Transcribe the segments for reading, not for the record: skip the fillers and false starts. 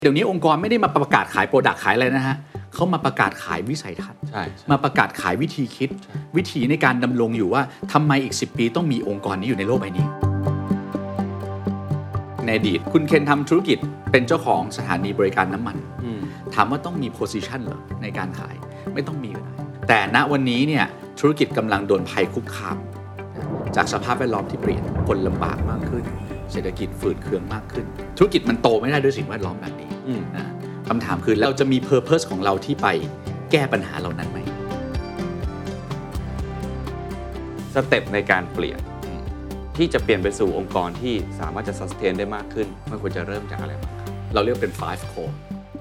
เดี๋ยวนี้องค์กรไม่ได้มาประกาศขายโปรดักต์ขายอะไรนะฮะเขามาประกาศขายวิสัยทัศน์มาประกาศขายวิธีคิดวิธีในการดำรงอยู่ว่าทำไมอีก10ปีต้องมีองค์กรนี้อยู่ในโลกใบนี้ในอดีตคุณเคนทำธุรกิจเป็นเจ้าของสถานีบริการน้ำมันถามว่าต้องมี position เหรอในการขายไม่ต้องมีก็ได้แต่ณวันนี้เนี่ยธุรกิจกำลังโดนภัยคุกคามจากสภาพแวดล้อมที่เปลี่ยนคนลำบากมากขึ้นเศรษฐกิจฝืดเคืองมากขึ้นธุรกิจมันโตไม่ได้ด้วยสิ่งแวดล้อมแบบนี้นะคำถามคือเราจะมี purpose ของเราที่ไปแก้ปัญหาเหล่านั้นไหมสเต็ปในการเปลี่ยนที่จะเปลี่ยนไปสู่องค์กรที่สามารถจะ sustain ได้มากขึ้นมันควรจะเริ่มจากอะไรบ้างครับเราเรียกเป็น5 core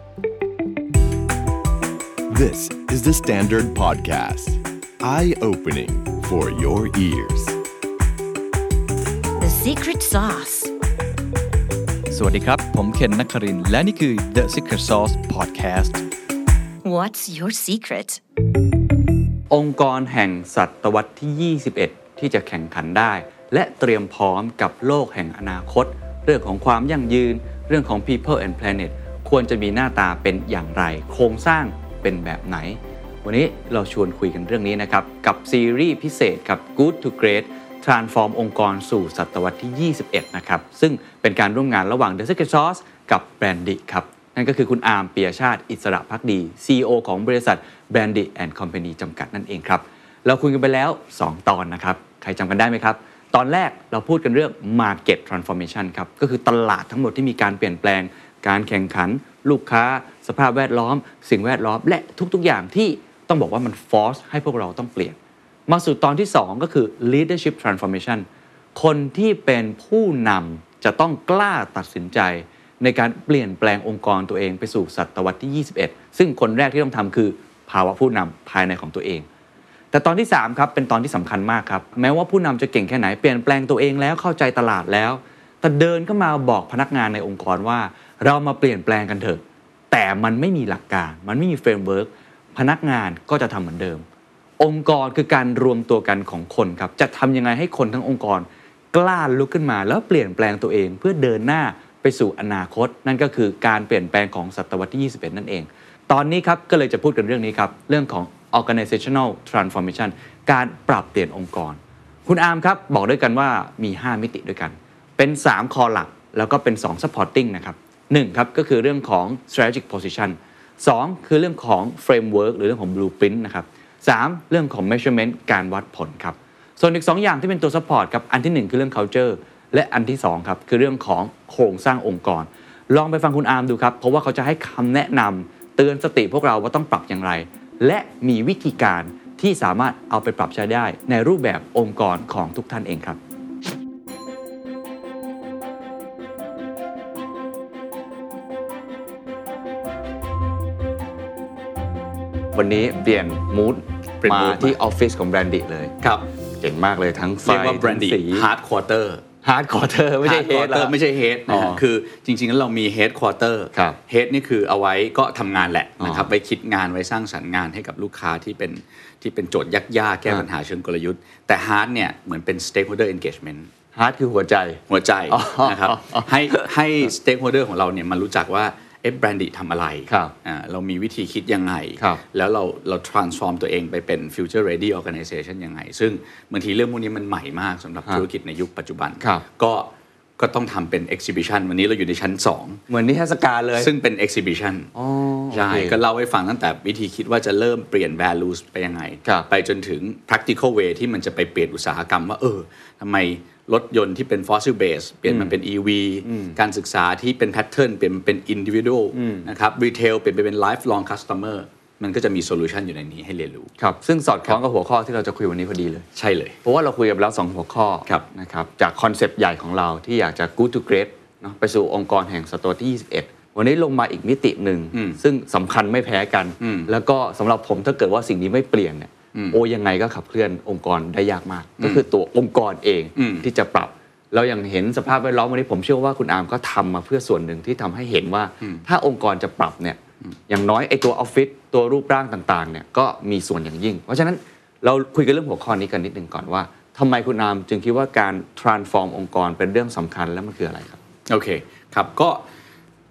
This is the Standard Podcast Eye-opening for your ears The Secret Sauce สวัสดีครับผมเคนนักครินทร์และนี่คือ The Secret Sauce Podcast What's your secret องค์กรแห่งศตวรรษที่21ที่จะแข่งขันได้และเตรียมพร้อมกับโลกแห่งอนาคตเรื่องของความยั่งยืนเรื่องของ People and Planet ควรจะมีหน้าตาเป็นอย่างไรโครงสร้างเป็นแบบไหนวันนี้เราชวนคุยกันเรื่องนี้นะครับกับซีรีส์พิเศษกับ Good to Great Transform องค์กรสู่ศตวรรษที่21นะครับซึ่งเป็นการร่วมงานระหว่าง The Secret Sauce กับ Brandy ครับนั่นก็คือคุณอาร์ม ปิยชาติอิสระภักดี CEO ของบริษัท Brandy and Company จำกัดนั่นเองครับเราคุยกันไปแล้ว2ตอนนะครับใครจำกันได้ไหมครับตอนแรกเราพูดกันเรื่อง Market Transformation ครับก็คือตลาดทั้งหมดที่มีการเปลี่ยนแปลงการแข่งขันลูกค้าสภาพแวดล้อมสิ่งแวดล้อมและทุกๆอย่างที่ต้องบอกว่ามัน force ให้พวกเราต้องเปลี่ยนมาสู่ตอนที่2ก็คือ Leadership Transformation คนที่เป็นผู้นำจะต้องกล้าตัดสินใจในการเปลี่ยนแปลงองค์กรตัวเองไปสู่ศตวรรษที่21ซึ่งคนแรกที่ต้องทำคือภาวะผู้นำภายในของตัวเองแต่ตอนที่3ครับเป็นตอนที่สำคัญมากครับแม้ว่าผู้นำจะเก่งแค่ไหนเปลี่ยนแปลงตัวเองแล้วเข้าใจตลาดแล้วแต่เดินเข้ามาบอกพนักงานในองค์กรว่าเรามาเปลี่ยนแปลงกันเถอะแต่มันไม่มีหลักการมันไม่มีเฟรมเวิร์กพนักงานก็จะทำเหมือนเดิมองค์กรคือการรวมตัวกันของคนครับจะทำยังไงให้คนทั้งองค์กรกล้าลุกขึ้นมาแล้วเปลี่ยนแปลงตัวเองเพื่อเดินหน้าไปสู่อนาคตนั่นก็คือการเปลี่ยนแปลงของศตวรรษที่21นั่นเองตอนนี้ครับก็เลยจะพูดกันเรื่องนี้ครับเรื่องของ organizational transformation การปรับเปลี่ยนองค์กรคุณอาร์มครับบอกด้วยกันว่ามี5มิติด้วยกันเป็น3คอหลักแล้วก็เป็น2 supporting นะครับ1ครับก็คือเรื่องของ strategic position 2คือเรื่องของ framework หรือเรื่องของ blueprint นะครับ3เรื่องของ measurement การวัดผลครับส่วนอีก2อย่างที่เป็นตัว support ครับอันที่1คือเรื่อง culture และอันที่2ครับคือเรื่องของโครงสร้างองค์กรลองไปฟังคุณอาร์มดูครับเพราะว่าเขาจะให้คำแนะนำเตือนสติพวกเราว่าต้องปรับอย่างไรและมีวิธีการที่สามารถเอาไปปรับใช้ได้ในรูปแบบองค์กรของทุกท่านเองครับวันนี้เปลี่ยนมูดมาที่ออฟฟิศของ Brandy เลยครับเก่งมากเลยทั้งไฟเรียกว่า Brandy Hard Quarter Hard Quarter ไม่ใช่ Head แล้วไม่ใช่ Head นะฮะคือจริงๆแล้วเรามี Head Quarter Head นี่คือเอาไว้ก็ทำงานแหละนะครับไว้คิดงานไว้สร้างสรรค์งานให้กับลูกค้าที่เป็นโจทย์ยากๆแก้ปัญหาเชิงกลยุทธ์แต่ Hard เนี่ยเหมือนเป็น Stakeholder Engagement Hard คือหัวใจนะครับให้ Stakeholder ของเราเนี่ยมันรู้จักว่าBrandy ทำอะไรเรามีวิธีคิดยังไงแล้วเรา transform ตัวเองไปเป็น future ready organization ยังไงซึ่งบางทีเรื่องพวกนี้มันใหม่มากสำหรับธุรกิจในยุคปัจจุบันก็ต้องทำเป็น exhibition วันนี้เราอยู่ในชั้น2 เหมือนนิทรรศการเลยซึ่งเป็น exhibition ใช่ก็เล่าให้ฟังตั้งแต่วิธีคิดว่าจะเริ่มเปลี่ยน values ไปยังไงไปจนถึง practical way ที่มันจะไปเปลี่ยนอุตสาหกรรมว่าทำไมรถยนต์ที่เป็น fossil base เปลี่ยนมันเป็น EV การศึกษาที่เป็น pattern เปลี่ยนมันเป็น individual นะครับ retail เปลี่ยนไปเป็น lifelong customer มันก็จะมี solution อยู่ในนี้ให้เรียนรู้ครับซึ่งสอดคล้องกับหัวข้อที่เราจะคุยวันนี้พอดีเลยใช่เลยเพราะว่าเราคุยกันแล้ว2หัวข้อนะครับจากคอนเซปต์ใหญ่ของเราที่อยากจะ good to great เนาะไปสู่องค์กรแห่งศตวรรษที่21วันนี้ลงมาอีกมิติหนึ่งซึ่งสำคัญไม่แพ้กันแล้วก็สำหรับผมถ้าเกิดว่าสิ่งนี้ไม่เปลี่ยนเนี่ยยังไงก็ขับเคลื่อนองค์กรได้ยากมากก็คือตัวองค์กรเองที่จะปรับเราอย่างเห็นสภาพแวดล้อมวันนี้ผมเชื่อว่าคุณอาร์มก็ทำมาเพื่อส่วนหนึ่งที่ทำให้เห็นว่าถ้าองค์กรจะปรับเนี่ยอย่างน้อยไอ้ตัวออฟฟิศตัวรูปร่างต่างๆเนี่ยก็มีส่วนอย่างยิ่งเพราะฉะนั้นเราคุยกันเรื่องหัวข้อนี้กันนิดนึงก่อนว่าทำไมคุณอาร์มจึงคิดว่าการ transform องค์กรเป็นเรื่องสำคัญแล้วมันคืออะไรครับโอเคครับก็พ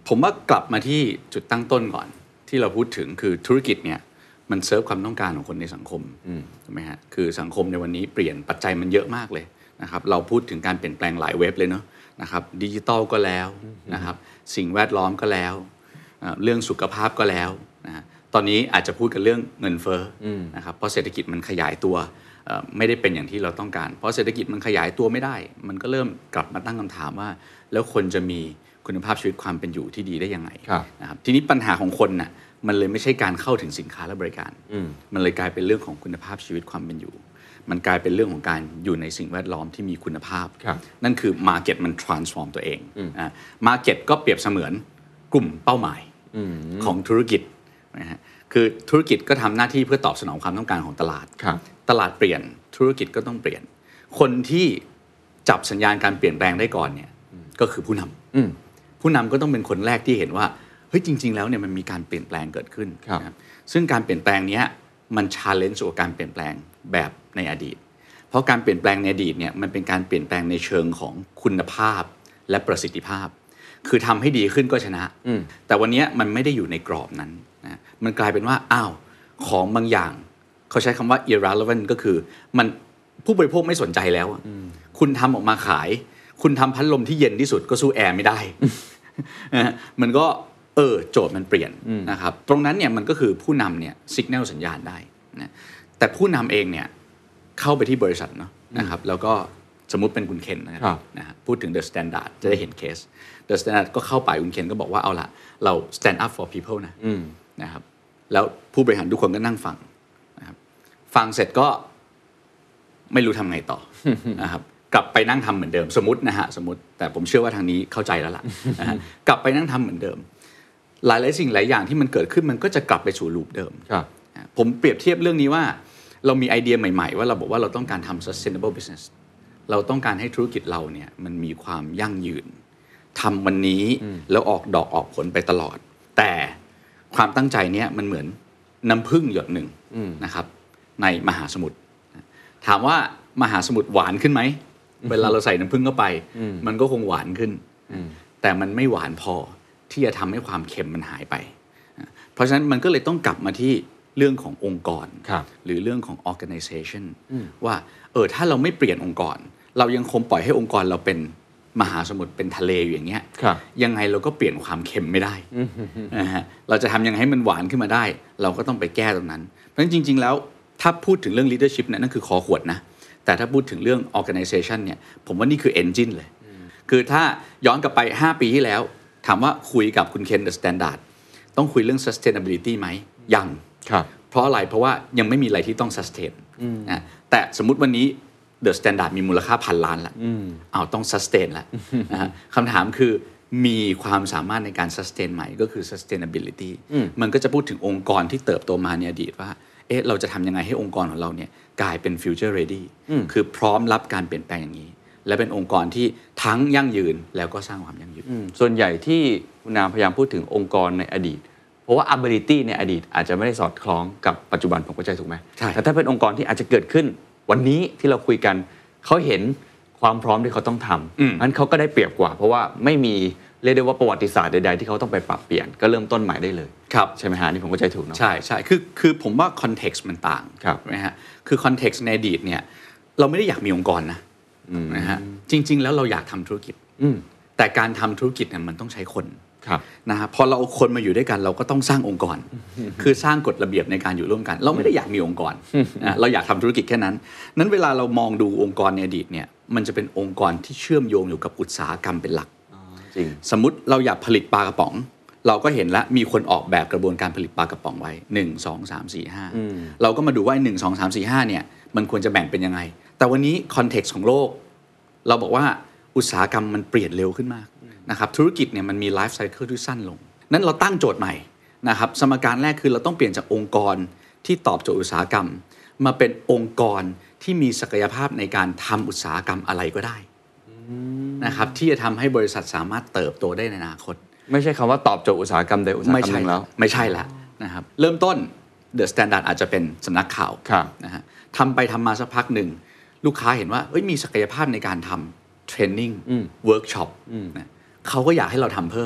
ผมว่ากลับมาที่จุดตั้งต้นก่อนที่เราพูดถึงคือธุรกิจเนี่ยมันเซิร์ฟความต้องการของคนในสังคมถูกไหมฮะคือสังคมในวันนี้เปลี่ยนปัจจัยมันเยอะมากเลยนะครับเราพูดถึงการเปลี่ยนแปลงหลายเว็บเลยเนาะนะครับดิจิตอลก็แล้วนะครับสิ่งแวดล้อมก็แล้วเรื่องสุขภาพก็แล้วนะตอนนี้อาจจะพูดกันเรื่องเงินเฟ้อนะครับเพราะเศรษฐกิจมันขยายตัวไม่ได้เป็นอย่างที่เราต้องการเพราะเศรษฐกิจมันขยายตัวไม่ได้มันก็เริ่มกลับมาตั้งคำถามว่าแล้วคนจะมีคุณภาพชีวิตความเป็นอยู่ที่ดีได้ยังไงนะครับทีนี้ปัญหาของคนน่ะมันเลยไม่ใช่การเข้าถึงสินค้าและบริการมันเลยกลายเป็นเรื่องของคุณภาพชีวิตความเป็นอยู่มันกลายเป็นเรื่องของการอยู่ในสิ่งแวดล้อมที่มีคุณภาพนั่นคือ market มัน transform ตัวเองmarket ก็เปรียบเสมือนกลุ่มเป้าหมายของธุรกิจนะฮะคือธุรกิจก็ทำหน้าที่เพื่อตอบสนองความต้องการของตลาดตลาดเปลี่ยนธุรกิจก็ต้องเปลี่ยนคนที่จับสัญญาณการเปลี่ยนแปลงได้ก่อนเนี่ยก็คือผู้นำผู้นำก็ต้องเป็นคนแรกที่เห็นว่าเฮ้ยจริงๆแล้วเนี่ยมันมีการเปลี่ยนแปลงเกิดขึ้นนะครับซึ่งการเปลี่ยนแปลงนี้มัน challenge กับการเปลี่ยนแปลงแบบในอดีตเพราะการเปลี่ยนแปลงในอดีตเนี่ยมันเป็นการเปลี่ยนแปลงในเชิงของคุณภาพและประสิทธิภาพคือทำให้ดีขึ้นก็ชนะแต่วันนี้มันไม่ได้อยู่ในกรอบนั้นนะมันกลายเป็นว่าอ้าวของบางอย่างเขาใช้คำว่า irrelevant ก็คือมันผู้บริโภคไม่สนใจแล้วคุณทำออกมาขายคุณทำพัดลมที่เย็นที่สุดก็สู้แอร์ไม่ได้ มันก็โจทย์มันเปลี่ยนนะครับตรงนั้นเนี่ยมันก็คือผู้นำเนี่ยสัญญาณสัญญาณได้นะแต่ผู้นำเองเนี่ยเข้าไปที่บริษัทเนาะนะครับแล้วก็สมมุติเป็นคุณเคนนะครับนะฮะพูดถึง The Standard จะได้เห็นเคส The Standard ก็เข้าไปคุณเคนก็บอกว่าเอาละเรา stand up for people นะครับแล้วผู้บริหารทุกคนก็นั่งฟังนะครับฟังเสร็จก็ไม่รู้ทำไงต่อ นะครับกลับไปนั่งทำเหมือนเดิมสมมตินะฮะสมมติแต่ผมเชื่อว่าทางนี้เข้าใจแล้วล่ะนะฮะกลับไปนั่งทำเหมือนเดิมหลายสิ่งหลายอย่างที่มันเกิดขึ้นมันก็จะกลับไปสู่ลูปเดิมผมเปรียบเทียบเรื่องนี้ว่าเรามีไอเดียใหม่ๆว่าเราบอกว่าเราต้องการทำ sustainable business เราต้องการให้ธุรกิจเราเนี่ยมันมีความยั่งยืนทำวันนี้แล้วออกดอกออกผลไปตลอดแต่ความตั้งใจเนี้ยมันเหมือนน้ำผึ้งหยดหนึ่งนะครับในมหาสมุทรถามว่ามหาสมุทรหวานขึ้นไหมเวลาเราใส่น้ำผึ้งเข้าไปมันก็คงหวานขึ้นแต่มันไม่หวานพอที่จะทำให้ความเค็มมันหายไปเพราะฉะนั้นมันก็เลยต้องกลับมาที่เรื่องขององค์กรหรือเรื่องของ organization ว่าถ้าเราไม่เปลี่ยนองค์กรเรายังคงปล่อยให้องค์กรเราเป็นมหาสมุทรเป็นทะเลอยู่อย่างเงี้ยยังไงเราก็เปลี่ยนความเค็มไม่ได้นะฮะเราจะทำยังไงให้มันหวานขึ้นมาได้เราก็ต้องไปแก้ตรงนั้นเพราะฉะนั้นจริงๆแล้วถ้าพูดถึงเรื่อง leadership เนี่ยนั่นคือคอขวดนะแต่ถ้าพูดถึงเรื่อง organization เนี่ยผมว่านี่คือ engine เลยคือถ้าย้อนกลับไป5ปีที่แล้วถามว่าคุยกับคุณเคน The Standard ต้องคุยเรื่อง sustainability ไหมยังเพราะอะไรเพราะว่ายังไม่มีอะไรที่ต้อง sustain นะแต่สมมุติวันนี้ The Standard มีมูลค่า1,000 ล้านละต้อง sustain ละนะฮะคำถามคือมีความสามารถในการ sustain ไหมก็คือ sustainability มันก็จะพูดถึงองค์กรที่เติบโตมาในอดีตว่าเราจะทำยังไงให้องค์กรของเราเนี่ยกลายเป็น future ready คือพร้อมรับการเปลี่ยนแปลงอย่างนี้และเป็นองค์กรที่ทั้งยั่งยืนแล้วก็สร้างความยั่งยืนส่วนใหญ่ที่คุณนามพยายามพูดถึงองค์กรในอดีตเพราะว่า ability ในอดีตอาจจะไม่ได้สอดคล้องกับปัจจุบันผมเข้าใจถูกไหมใช่แต่ถ้าเป็นองค์กรที่อาจจะเกิดขึ้นวันนี้ที่เราคุยกันเขาเห็นความพร้อมที่เขาต้องทำงั้นเขาก็ได้เปรียบกว่าเพราะว่าไม่มีเรียกได้ว่าประวัติศาสตร์ใดๆที่เขาต้องไปปรับเปลี่ยนก็เริ่มต้นใหม่ได้เลยใช่ไหมฮะนี่ผมเข้าใจถูกเนาะใช่คือผมว่า context มันต่างใช่ไหมฮะคือ context ในอดีตเนี่ยเราไม่ได้อยากมีองค์กรนะฮะจริงๆแล้วเราอยากทำธุรกิจแต่การทำธุรกิจเนี่ยมันต้องใช้คนนะฮะพอเราเอาคนมาอยู่ด้วยกันเราก็ต้องสร้างองค์กรคือสร้างกฎระเบียบในการอยู่ร่วมกันเราไม่ได้อยากมีองค์กรนะเราอยากทำธุรกิจแค่นั้นเวลาเรามองดูองค์กรในอดีตเนี่ยมันจะเป็นองค์กรที่เชื่อมโยงอยู่กับอุตสาหกรรมเป็นหลักสมมุติเราอยากผลิตปลากระป๋องเราก็เห็นแล้วมีคนออกแบบกระบวนการผลิตปลากระป๋องไว้1 2 3 4 5เราก็มาดูว่า1 2 3 4 5เนี่ยมันควรจะแบ่งเป็นยังไงแต่วันนี้คอนเท็กซ์ของโลกเราบอกว่าอุตสาหกรรมมันเปลี่ยนเร็วขึ้นมากนะครับธุรกิจเนี่ยมันมีไลฟ์ไซเคิลที่สั้นลงนั้นเราตั้งโจทย์ใหม่นะครับสมการแรกคือเราต้องเปลี่ยนจากองค์กรที่ตอบโจทย์อุตสาหกรรมมาเป็นองค์กรที่มีศักยภาพในการทำอุตสาหกรรมอะไรก็ได้นะครับที่จะทำให้บริษัทสามารถเติบโตได้ในอนาคตไม่ใช่คำว่าตอบโจทย์อุตสาหกรรมใดอุตสาหกรรมหนึ่งแล้วไม่ใช่แล้วนะครับเริ่มต้น The Standard อาจจะเป็นสำนักข่าวนะฮะทำไปทำมาสักพักหนึ่งลูกค้าเห็นว่ามีศักยภาพในการทำเทรนนิ่งเวิร์กช็อปนะเขาก็อยากให้เราทำเพิ่ม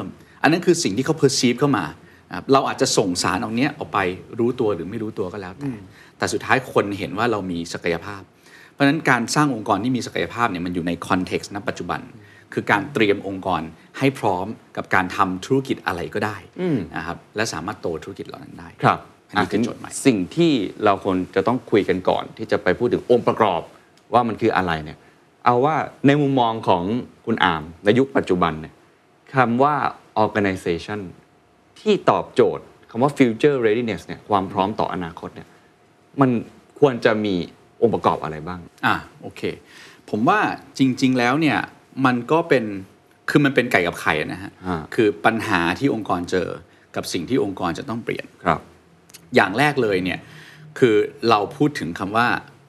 อันนั้นคือสิ่งที่เขา perceive เข้ามาเราอาจจะส่งสารออกเนี้ยออกไปรู้ตัวหรือไม่รู้ตัวก็แล้วแต่สุดท้ายคนเห็นว่าเรามีศักยภาพเพราะฉะนั้นการสร้างองค์กรที่มีศักยภาพเนี่ยมันอยู่ในคอนเท็กซ์ณปัจจุบันคือการเตรียมองค์กรให้พร้อมกับการทำธุรกิจอะไรก็ได้นะครับและสามารถโตธุรกิจเหล่านั้นได้ครับอันนี้คือโจทย์ใหม่สิ่งที่เราควรจะต้องคุยกันก่อนที่จะไปพูดถึงองค์ประกอบว่ามันคืออะไรเนี่ยเอาว่าในมุมมองของคุณอามในยุคปัจจุบันเนี่ยคำว่า organization ที่ตอบโจทย์คำว่า future readiness เนี่ยความพร้อมต่ออนาคตเนี่ยมันควรจะมีองค์ประกอบอะไรบ้างโอเคผมว่าจริงๆแล้วเนี่ยมันก็เป็นคือมันเป็นไก่กับไข่นะฮะคือปัญหาที่องค์กรเจอกับสิ่งที่องค์กรจะต้องเปลี่ยนครับอย่างแรกเลยเนี่ยคือเราพูดถึงคำว่า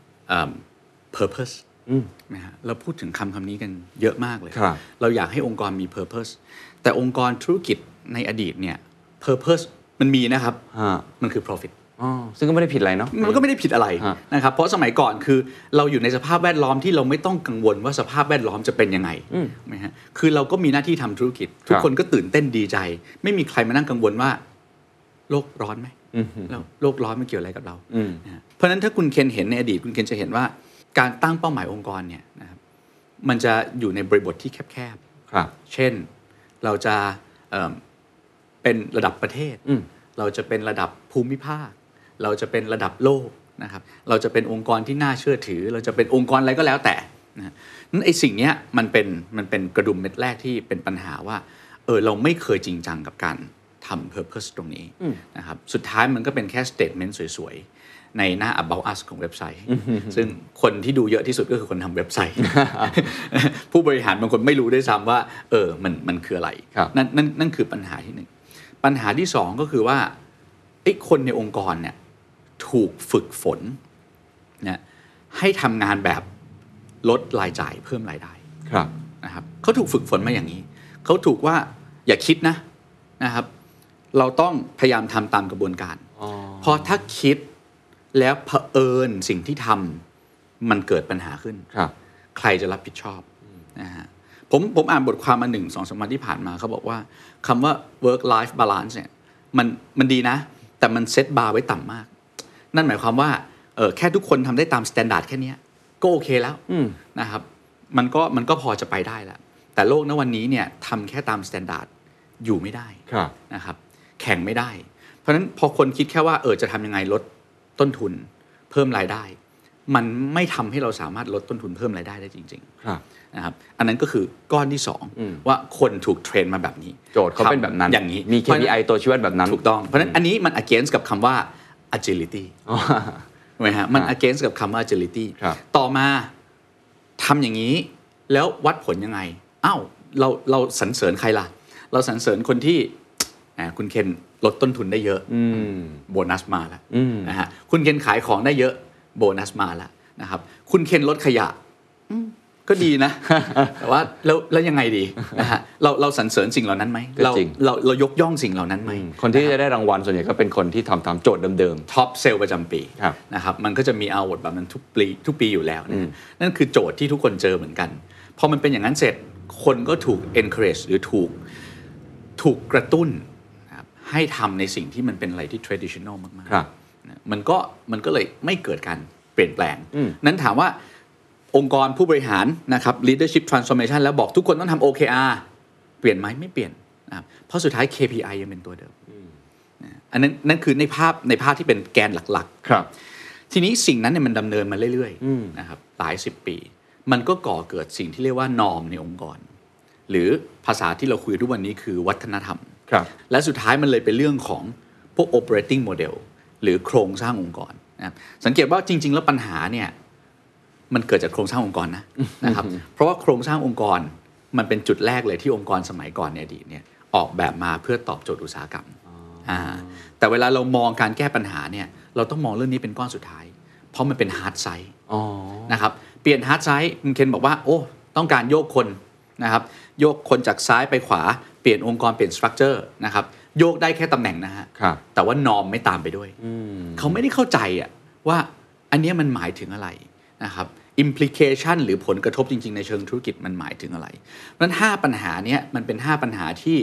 purpose นะฮะเราพูดถึงคำนี้กันเยอะมากเลยเราอยากให้องค์กรมี purpose แต่องค์กรธุรกิจในอดีตเนี่ย purpose มันมีนะครับมันคือ profit ซึ่งก็ไม่ได้ผิดอะไรเนาะมันก็ไม่ได้ผิดอะไรนะครับเพราะสมัยก่อนคือเราอยู่ในสภาพแวดล้อมที่เราไม่ต้องกังวลว่าสภาพแวดล้อมจะเป็นยังไงไหมฮะคือเราก็มีหน้าที่ทำธุรกิจทุกคนก็ตื่นเต้นดีใจไม่มีใครมานั่งกังวลว่าโลกร้อนไหมแล้วโลกร้อนมันเกี่ยวอะไรกับเราเพราะฉะนั้นถ้าคุณเคนเห็นในอดีตคุณเคนจะเห็นว่าการตั้งเป้าหมายองค์กรเนี่ยนะครับมันจะอยู่ในบริบทที่แคบๆเช่นเราจะเป็นระดับประเทศเราจะเป็นระดับภูมิภาคเราจะเป็นระดับโลกนะครับเราจะเป็นองค์กรที่น่าเชื่อถือเราจะเป็นองค์กรอะไรก็แล้วแต่นั้นไอ้สิ่งนี้มันเป็นกระดุมเม็ดแรกที่เป็นปัญหาว่าเราไม่เคยจริงจังกับการทำ purpose ตรงนี้นะครับสุดท้ายมันก็เป็นแค่ statement สวยๆในหน้า about us ของเว็บไซต์ซึ่งคนที่ดูเยอะที่สุดก็คือคนทำเว็บไซต์ ผู้บริหารบางคนไม่รู้ด้วยซ้ำว่ามันคืออะไรนั่นคือปัญหาที่หนึ่งปัญหาที่สองก็คือว่าคนในองค์กรเนี่ยถูกฝึกฝนนะให้ทำงานแบบลดรายจ่ายเพิ่มรายได้นะครับเขาถูกฝึกฝนมาอย่างนี้เขาถูกว่าอย่าคิดนะครับเราต้องพยายามทำตามกระบวนการพอถ้าคิดแล้วเผอิญสิ่งที่ทำมันเกิดปัญหาขึ้นใครจะรับผิดชอบนะฮะผมอ่านบทความมา 1-2 วันที่ผ่านมาเขาบอกว่าคำว่า work life balance เนี่ยมันดีนะแต่มันเซตบาร์ไว้ต่ำมากนั่นหมายความว่าแค่ทุกคนทำได้ตามสแตนดาร์ดแค่นี้ก็โอเคแล้วนะครับมันก็พอจะไปได้แล้วแต่โลกณวันนี้เนี่ยทำแค่ตามสแตนดาร์ดอยู่ไม่ได้นะครับแข่งไม่ได้เพราะฉะนั้นพอคนคิดแค่ว่าจะทำยังไงลดต้นทุนเพิ่มรายได้มันไม่ทำให้เราสามารถลดต้นทุนเพิ่มรายได้ได้จริงๆนะครับอันนั้นก็คือก้อนที่2ว่าคนถูกเทรนมาแบบนี้โจทย์เขาเป็นแบบนั้นอย่างนี้มี KPI ตัวชี้วัดแบบนั้นถูกต้องเพราะฉะนั้นอันนี้มัน against กับคำว่า agility ถูกไหมฮะมัน against กับคำว่า agility ต่อมาทำอย่างนี้แล้ววัดผลยังไงเราสรรเสริญใครล่ะเราสรรเสริญคนที่คุณเคนลดต้นทุนได้เยอะโบนัสมาแล้วนะฮะคุณเคนขายของได้เยอะโบนัสมาแล้วนะครับคุณเคนลดขยะก็ดีนะ แต่ว่าแล้วยังไงดีนะฮะเราสรรเสริญสิ่งเหล่านั้นไหมเรายกย่องสิ่งเหล่านั้นไหมคนที่จะได้รางวัลส่วนใหญ่ก็เป็นคนที่ทำโจทย์เดิมๆท็อปเซลล์ประจำปีนะครับมันก็จะมีawardแบบนั้นทุกปีอยู่แล้วนะนั่นคือโจทย์ที่ทุกคนเจอเหมือนกันพอมันเป็นอย่างนั้นเสร็จคนก็ถูก encourage หรือถูกกระตุ้นให้ทำในสิ่งที่มันเป็นอะไรที่ traditional มากๆมันก็เลยไม่เกิดการเปลี่ยนแปลงนั้นถามว่าองค์กรผู้บริหารนะครับ leadership transformation แล้วบอกทุกคนต้องทำ OKR เปลี่ยนไหมไม่เปลี่ยนนะครับเพราะสุดท้าย KPI ยังเป็นตัวเดิมอันนั้นนั่นคือในภาพที่เป็นแกนหลักๆครับทีนี้สิ่งนั้นเนี่ยมันดำเนินมาเรื่อยๆนะครับหลาย10ปีมันก็ก่อเกิดสิ่งที่เรียกว่านอร์มในองค์กรหรือภาษาที่เราคุยทุกวันนี้คือวัฒนธรรมและสุดท้ายมันเลยเป็นเรื่องของพวก operating model หรือโครงสร้างองค์กรนะครับสังเกตว่าจริงๆแล้วปัญหาเนี่ยมันเกิดจากโครงสร้างองค์กรนะครับเพราะว่าโครงสร้างองค์กรมันเป็นจุดแรกเลยที่องค์กรสมัยก่อนในอดีตเนี่ยออกแบบมาเพื่อตอบโจทย์อุตสาหกรรมแต่เวลาเรามองการแก้ปัญหาเนี่ยเราต้องมองเรื่องนี้เป็นก้อนสุดท้ายเพราะมันเป็น hard side นะครับเปลี่ยน hard side คุณเคนบอกว่าโอ้ต้องการโยกคนนะครับโยกคนจากซ้ายไปขวาเปลี่ยนองค์กรเปลี่ยน structure นะครับโยกได้แค่ตำแหน่งนะฮะแต่ว่านอร์มไม่ตามไปด้วยเขาไม่ได้เข้าใจว่าอันนี้มันหมายถึงอะไรนะครับ implication หรือผลกระทบจริงๆในเชิงธุรกิจมันหมายถึงอะไรเพราะฉะนั้น5ปัญหานี้มันเป็น5ปัญหาที่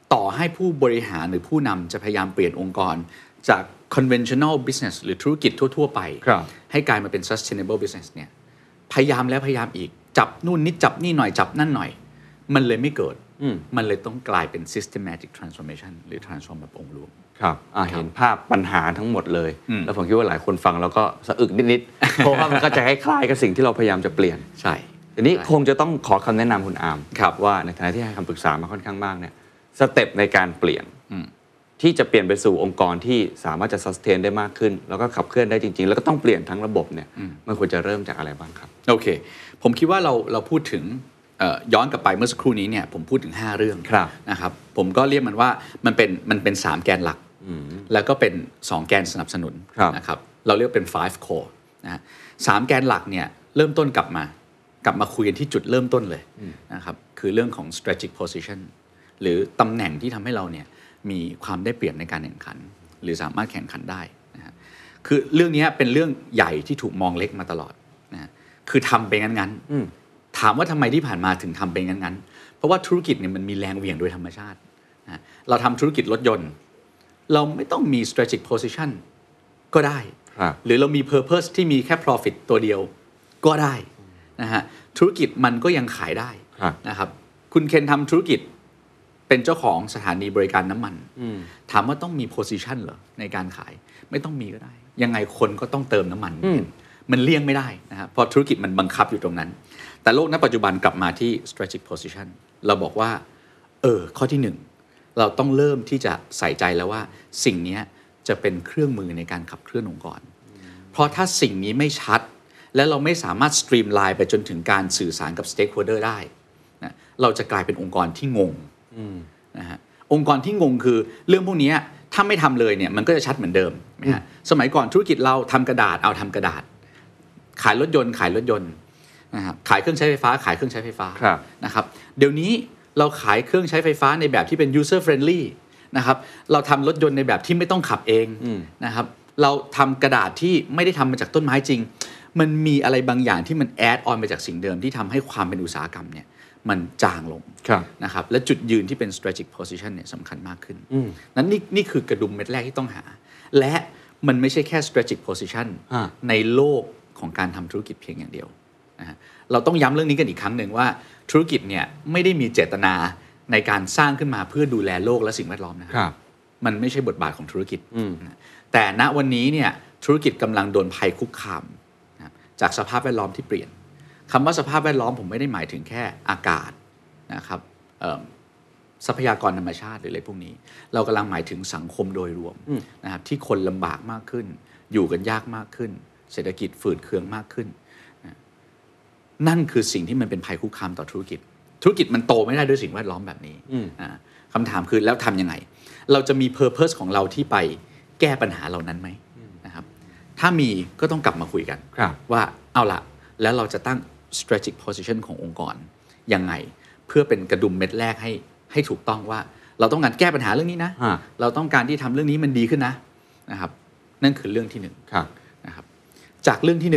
ต่อให้ผู้บริหารหรือผู้นำจะพยายามเปลี่ยนองค์กรจาก conventional business หรือธุรกิจทั่วๆไปให้กลายมาเป็น sustainable business เนี่ยพยายามแล้วพยายามอีกจับนู่นนิดจับนี่หน่อยจับนั่นหน่อยมันเลยไม่เกิดมันเลยต้องกลายเป็น systematic transformation หรือ transform แบบองค์รวมครับเห็นภาพปัญหาทั้งหมดเลยแล้วผมคิดว่าหลายคนฟังแล้วก็สะอึกนิดๆ เพราะว่ามันก็จะคล้ายๆกับสิ่งที่เราพยายามจะเปลี่ยนใช่ทีนี้คงจะต้องขอคำแนะนำคุณอาร์มว่าในฐานะที่ให้คำปรึกษามาค่อนข้างมากเนี่ยสเต็ปในการเปลี่ยนที่จะเปลี่ยนไปสู่องค์กรที่สามารถจะ sustain ได้มากขึ้นแล้วก็ขับเคลื่อนได้จริงๆแล้วก็ต้องเปลี่ยนทั้งระบบเนี่ยมันควรจะเริ่มจากอะไรบ้างครับโอเคผมคิดว่าเราพูดถึงย้อนกลับไปเมื่อสักครู่นี้เนี่ยผมพูดถึง5เรื่องนะครับผมก็เรียกมันว่ามันเป็น3แกนหลักแล้วก็เป็น2แกนสนับสนุนนะครับเราเรียกเป็น5 core นะ3แกนหลักเนี่ยเริ่มต้นกลับมาคุยกันที่จุดเริ่มต้นเลยนะครับคือเรื่องของ strategic position หรือตำแหน่งที่ทำให้เราเนี่ยมีความได้เปรียบในการแข่งขันหรือสามารถแข่งขันได้นะฮะคือเรื่องนี้เป็นเรื่องใหญ่ที่ถูกมองเล็กมาตลอดนะคือทำไปงั้นถามว่าทำไมที่ผ่านมาถึงทำไปงั้นเพราะว่าธุรกิจเนี่ยมันมีแรงเหวี่ยงโดยธรรมชาตินะเราทำธุรกิจรถยนต์เราไม่ต้องมี strategic position ก็ได้หรือเรามี purpose ที่มีแค่ profit ตัวเดียวก็ได้นะฮะธุรกิจมันก็ยังขายได้นะครับคุณเคนทำธุรกิจเป็นเจ้าของสถานีบริการน้ำมันถามว่าต้องมี position เหรอในการขายไม่ต้องมีก็ได้ยังไงคนก็ต้องเติมน้ำมันมันเลี่ยงไม่ได้นะครับเพราะธุรกิจมันบังคับอยู่ตรงนั้นแต่โลกณปัจจุบันกลับมาที่ strategic position เราบอกว่าข้อที่1เราต้องเริ่มที่จะใส่ใจแล้วว่าสิ่งนี้จะเป็นเครื่องมือในการขับเคลื่อนองค์กรเพราะถ้าสิ่งนี้ไม่ชัดและเราไม่สามารถสตรีมไลน์ไปจนถึงการสื่อสารกับ stakeholder ได้นะเราจะกลายเป็นองค์กรที่งงนะฮะองค์กรที่งงคือเรื่องพวกนี้ถ้าไม่ทำเลยเนี่ยมันก็จะชัดเหมือนเดิมนะฮะสมัยก่อนธุรกิจเราทำกระดาษทำกระดาษขายรถยนต์นะครับขายเครื่องใช้ไฟฟ้าขายเครื่องใช้ไฟฟ้านะครับเดี๋ยวนี้เราขายเครื่องใช้ไฟฟ้าในแบบที่เป็น user friendly นะครับเราทำรถยนต์ในแบบที่ไม่ต้องขับเองนะครับเราทำกระดาษที่ไม่ได้ทำมาจากต้นไม้จริงมันมีอะไรบางอย่างที่มันแอดออนไปจากสิ่งเดิมที่ทำให้ความเป็นอุตสาหกรรมเนี่ยมันจางลงนะครับและจุดยืนที่เป็น strategic position เนี่ยสำคัญมากขึ้นนั้นนี่คือกระดุมเม็ดแรกที่ต้องหาและมันไม่ใช่แค่ strategic position ในโลกของการทำธุรกิจเพียงอย่างเดียวนะฮะเราต้องย้ำเรื่องนี้กันอีกครั้งหนึ่งว่าธุรกิจเนี่ยไม่ได้มีเจตนาในการสร้างขึ้นมาเพื่อดูแลโลกและสิ่งแวดล้อมนะครับมันไม่ใช่บทบาทของธุรกิจแต่ณวันนี้เนี่ยธุรกิจกำลังโดนภัยคุกคามจากสภาพแวดล้อมที่เปลี่ยนคำว่าสภาพแวดล้อมผมไม่ได้หมายถึงแค่อากาศนะครับทรัพยากรธรรมชาติหรืออะไรพวกนี้เรากำลังหมายถึงสังคมโดยรวมนะครับที่คนลำบากมากขึ้นอยู่กันยากมากขึ้นเศรษฐกิจฝืดเคืองมากขึ้นนั่นคือสิ่งที่มันเป็นภัยคุกคามต่อธุรกิจมันโตไม่ได้ด้วยสิ่งแวดล้อมแบบนี้คำถามคือแล้วทำยังไงเราจะมี purpose ของเราที่ไปแก้ปัญหาเหล่านั้นไหมนะครับถ้ามีก็ต้องกลับมาคุยกันว่าเอาละแล้วเราจะตั้ง strategic position ขององค์กรยังไงเพื่อเป็นกระดุมเม็ดแรกให้ถูกต้องว่าเราต้องการแก้ปัญหาเรื่องนี้นะเราต้องการที่ทำเรื่องนี้มันดีขึ้นนะครับนั่นคือเรื่องที่1นะครับจากเรื่องที่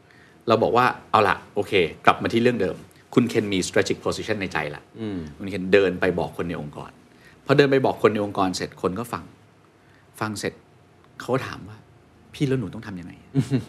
1เราบอกว่าเอาละโอเคกลับมาที่เรื่องเดิมคุณเคนมี strategic position ในใจละคุณเคนเดินไปบอกคนในองค์กรพอเดินไปบอกคนในองค์กรเสร็จคนก็ฟังเสร็จเขาก็ถามว่าพี่แล้วหนูต้องทำยังไง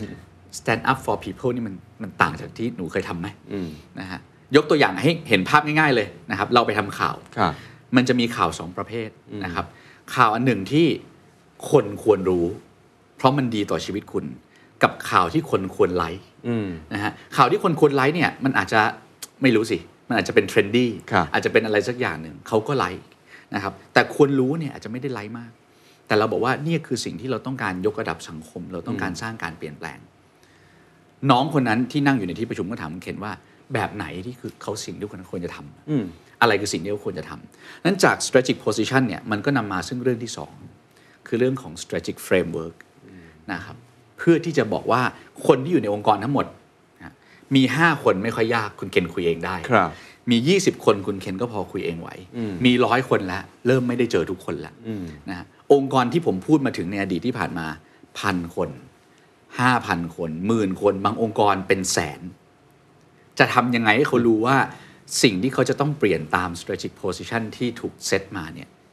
stand up for people นี่มันต่างจากที่หนูเคยทำไหมนะฮะยกตัวอย่างให้เห็นภาพง่ายๆเลยนะครับเราไปทำข่าวมันจะมีข่าว2ประเภทนะครับข่าวอันหนึ่งที่คนควรรู้เพราะมันดีต่อชีวิตคุณกับข่าวที่คนควรไลค์นะฮะข่าวที่คนควรไลค์เนี่ยมันอาจจะไม่รู้สิมันอาจจะเป็นเทรนดี้อาจจะเป็นอะไรสักอย่างหนึ่งเขาก็ไลค์นะครับแต่ควรรู้เนี่ยอาจจะไม่ได้ไลค์มากแต่เราบอกว่านี่คือสิ่งที่เราต้องการยกระดับสังคมเราต้องการสร้างการเปลี่ยนแปลงน้องคนนั้นที่นั่งอยู่ในที่ประชุมก็ถามเคนว่าแบบไหนที่คือเขาสิ่งที่ควรจะทำอะไรคือสิ่งที่เขาควรจะทำนั้นจาก strategic position เนี่ยมันก็นำมาซึ่งเรื่องที่2คือเรื่องของ strategic framework นะครับเพื่อที่จะบอกว่าคนที่อยู่ในองค์กรทั้งหมดมี5คนไม่ค่อยยากคุณเคนคุยเองได้มี20คนคุณเคนก็พอคุยเองไหวมี100คนแล้วเริ่มไม่ได้เจอทุกคนแล้วนะฮะองค์กรที่ผมพูดมาถึงในอดีตที่ผ่านมา 1,000 คน 5,000 คน 10,000 คนบางองค์กรเป็นแสนจะทำยังไงให้เขารู้ว่าสิ่งที่เขาจะต้องเปลี่ยนตาม strategic position ที่ถูกเซตมาเนี่ย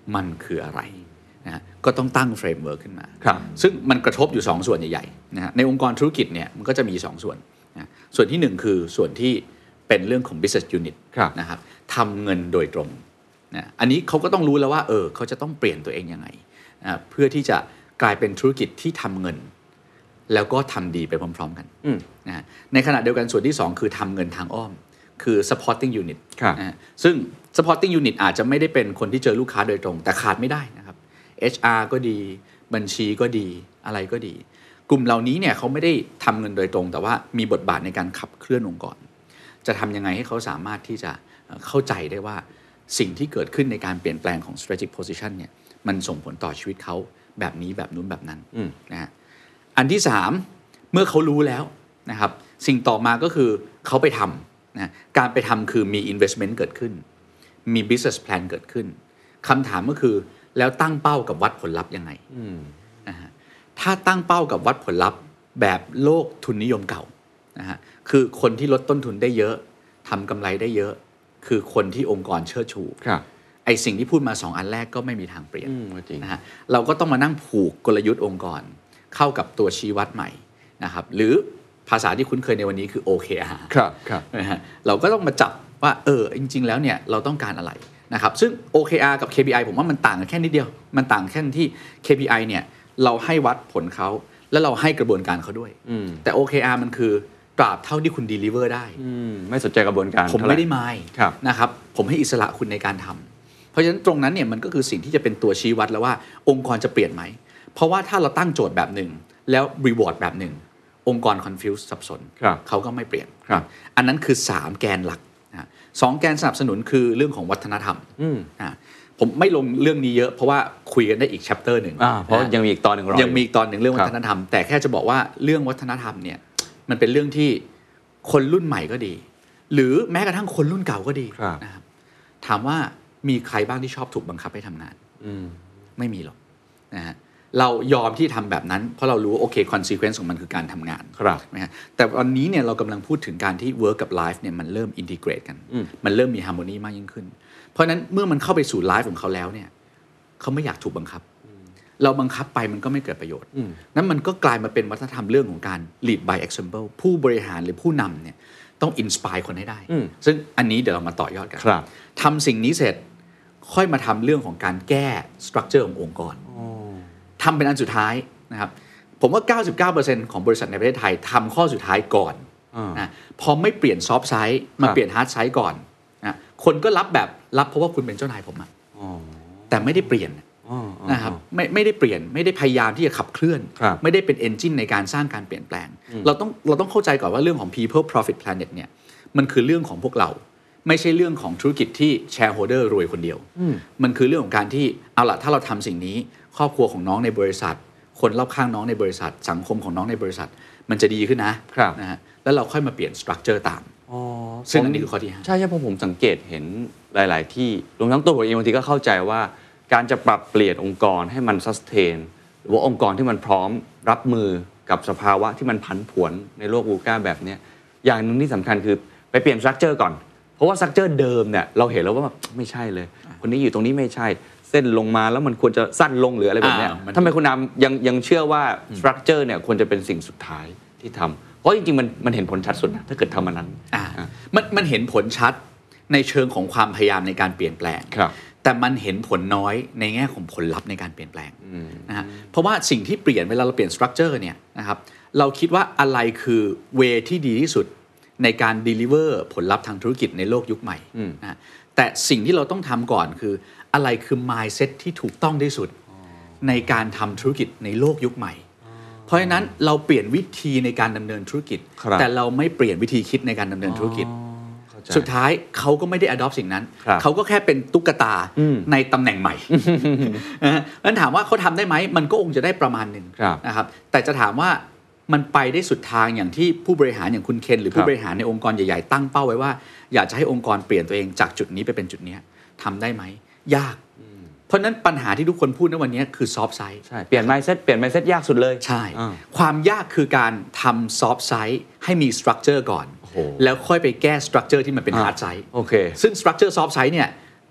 มันคืออะไรนะฮะก็ต้องตั้งเฟรมเวิร์คขึ้นมา ซึ่งมันกระทบอยู่2ส่วนใหญ่ๆนะฮะในองค์กรธุรกิจเนี่ยมันก็จะมี2ส่วนนะส่วนที่1คือส่วนที่เป็นเรื่องของ business unit นะครับทำเงินโดยตรงนะอันนี้เขาก็ต้องรู้แล้วว่าเขาจะต้องเปลี่ยนตัวเองยังไงนะเพื่อที่จะกลายเป็นธุรกิจที่ทำเงินแล้วก็ทำดีไปพร้อมๆกันนะในขณะเดียวกันส่วนที่2คือทำเงินทางอ้อมคือ supporting unit นะซึ่ง supporting unit อาจจะไม่ได้เป็นคนที่เจอลูกค้าโดยตรงแต่ขาดไม่ได้นะครับ HR ก็ดีบัญชีก็ดีอะไรก็ดีกลุ่มเหล่านี้เนี่ยเขาไม่ได้ทำเงินโดยตรงแต่ว่ามีบทบาทในการขับเคลื่อนองค์กรจะทำยังไงให้เขาสามารถที่จะเข้าใจได้ว่าสิ่งที่เกิดขึ้นในการเปลี่ยนแปลงของ strategic position เนี่ยมันส่งผลต่อชีวิตเขาแบบนี้แบบนู้นแบบนั้นนะฮะอันที่3เมื่อเขารู้แล้วนะครับสิ่งต่อมาก็คือเขาไปทำนะการไปทำคือมี investment เกิดขึ้นมี business plan เกิดขึ้นคำถามก็คือแล้วตั้งเป้ากับวัดผลลัพธ์ยังไงนะฮะถ้าตั้งเป้ากับวัดผลลัพธ์แบบโลกทุนนิยมเก่านะฮะคือคนที่ลดต้นทุนได้เยอะทำกำไรได้เยอะคือคนที่องค์กรเชิดชูไอสิ่งที่พูดมา2อันแรกก็ไม่มีทางเปลี่ยนนะฮะเราก็ต้องมานั่งผูกกลยุทธ์องค์กรเข้ากับตัวชี้วัดใหม่นะครับหรือภาษาที่คุ้นเคยในวันนี้คือ OKR นะฮะเราก็ต้องมาจับว่าจริงๆแล้วเนี่ยเราต้องการอะไรนะครับซึ่ง OKR กับ KPI ผมว่ามันต่างกันแค่นิดเดียวมันต่างแค่ที่ KPI เนี่ยเราให้วัดผลเขาแล้วเราให้กระบวนการเขาด้วยแต่ OKR มันคือตราบเท่าที่คุณ deliver ได้ไม่สนใจกระบวนการผมไม่ได้มายนะครับผมให้อิสระคุณในการทำเพราะฉะนั้นตรงนั้นเนี่ยมันก็คือสิ่งที่จะเป็นตัวชี้วัดแล้วว่าองค์กรจะเปลี่ยนไหมเพราะว่าถ้าเราตั้งโจทย์แบบหนึ่งแล้ว reward แบบหนึ่งองค์กร confuse สับสนเขาก็ไม่เปลี่ยนอันนั้นคือ3แกนหลัก2แกนสนับสนุนคือเรื่องของวัฒนธรรมผมไม่ลงเรื่องนี้เยอะเพราะว่าคุยกันได้อีก chapter หนึ่งเพราะยังมีอีกตอนหนึ่งยังมีอีกตอนหนึ่งเรื่องวัฒนธรรมแต่แค่จะบอกว่าเรื่องวัฒนธรรมเนี่ยมันเป็นเรื่องที่คนรุ่นใหม่ก็ดีหรือแม้กระทั่งคนรุ่นเก่าก็ดีนะครับถามว่ามีใครบ้างที่ชอบถูกบังคับให้ทำงานไม่มีหรอกนะฮะเรายอมที่ทำแบบนั้นเพราะเรารู้โอเค consequence ของมันคือการทำงานนะฮะแต่วันนี้เนี่ยเรากำลังพูดถึงการที่ work กับ life เนี่ยมันเริ่ม integrate กันมันเริ่มมี harmony มากยิ่งขึ้นเพราะนั้นเมื่อมันเข้าไปสู่ life ของเขาแล้วเนี่ยเขาไม่อยากถูกบังคับเราบังคับไปมันก็ไม่เกิดประโยชน์นั้นมันก็กลายมาเป็นวัฒนธรรมเรื่องของการ lead by example ผู้บริหารหรือผู้นำเนี่ยต้อง inspire คนให้ได้ซึ่งอันนี้เดี๋ยวเรามาต่อยอดกันทำสิ่งนี้เสร็จค่อยมาทำเรื่องของการแก้ structure ขององค์กรทำเป็นอันสุดท้ายนะครับผมว่า 99% ของบริษัทในประเทศไทยทำข้อสุดท้ายก่อนนะพอไม่เปลี่ยนซอฟต์ไซส์มาเปลี่ยนฮาร์ดไซส์ก่อนนะคนก็รับเพราะว่าคุณเป็นเจ้านายผมอะแต่ไม่ได้เปลี่ยนนะครับไม่ได้เปลี่ยนไม่ได้พยายามที่จะขับเคลื่อนไม่ได้เป็นเอนจินในการสร้างการเปลี่ยนแปลงเราต้องเข้าใจก่อนว่าเรื่องของ people profit planet เนี่ยมันคือเรื่องของพวกเราไม่ใช่เรื่องของธุรกิจที่ shareholder รวยคนเดียวมันคือเรื่องของการที่เอาล่ะถ้าเราทำสิ่งนี้ครอบครัวของน้องในบริษัทคนรอบข้างน้องในบริษัทสังคมของน้องในบริษัทมันจะดีขึ้นนะฮะแล้วเราค่อยมาเปลี่ยนสตรัคเจอร์ตามซึ่งอันนี้คือข้อที่5 ใช่เพราะผมสังเกตเห็นหลายๆที่รวมทั้งตัวผมเองบางทีก็เข้าใจว่าการจะปรับเปลี่ยนองค์กรให้มันซัสเทนหรือว่าองค์กรที่มันพร้อมรับมือกับสภาวะที่มันผันผวนในโลกวูก้าแบบนี้อย่างนึงที่สำคัญคือไปเปลี่ยนสตรัคเจอร์ก่อนเพราะว่าสตรัคเจอร์เดิมเนี่ยเราเห็นแล้วว่าไม่ใช่เลยคนนี้อยู่ตรงนี้ไม่ใช่เส้นลงมาแล้วมันควรจะสั้นลงหรืออะไรแบบนี้ทำไมคุณนำยังเชื่อว่าสตรัคเจอร์เนี่ยควรจะเป็นสิ่งสุดท้ายที่ทำเพราะจริงๆมันเห็นผลชัดสุดนะถ้าเกิดทำมันนั้นมันเห็นผลชัดในเชิงของความพยายามในการเปลี่ยนแปลงแต่มันเห็นผลน้อยในแง่ของผลลัพธ์ในการเปลี่ยนแปลงนะฮะเพราะว่าสิ่งที่เปลี่ยนเวลาเราเปลี่ยนสตรัคเจอร์เนี่ยนะครับเราคิดว่าอะไรคือเวที่ดีที่สุดในการ deliver ผลลัพธ์ทางธุรกิจในโลกยุคใหม่นะแต่สิ่งที่เราต้องทำก่อนคืออะไรคือ mindset ที่ถูกต้องที่สุดในการทำธุรกิจในโลกยุคใหม่เพราะฉะนั้นเราเปลี่ยนวิธีในการดำเนินธุรกิจแต่เราไม่เปลี่ยนวิธีคิดในการดำเนินธุรกิจสุดท้ายเขาก็ไม่ได้ adopt สิ่งนั้นเขาก็แค่เป็นตุ๊กตาในตำแหน่งใหม่นั้นถามว่าเขาทำได้ไหมมันก็คงจะได้ประมาณหนึ่งนะครับแต่จะถามว่ามันไปได้สุดทางอย่างที่ผู้บริหารอย่างคุณเคนหรือผู้บริหารในองค์กรใหญ่ๆตั้งเป้าไว้ว่าอยากจะให้องค์กรเปลี่ยนตัวเองจากจุดนี้ไปเป็นจุดนี้ทำได้ไหมยากเพราะนั้นปัญหาที่ทุกคนพูดในวันนี้คือซอฟต์ไซส์ใช่เปลี่ยน mindset ยากสุดเลยใช่ความยากคือการทำซอฟต์ไซส์ให้มีสตรัคเจอร์ก่อนแล้วค่อยไปแก้สตรัคเจอร์ที่มันเป็นฮาร์ดไซส์โอเคซึ่งสตรัคเจอร์ซอฟต์ไซส์เนี่ย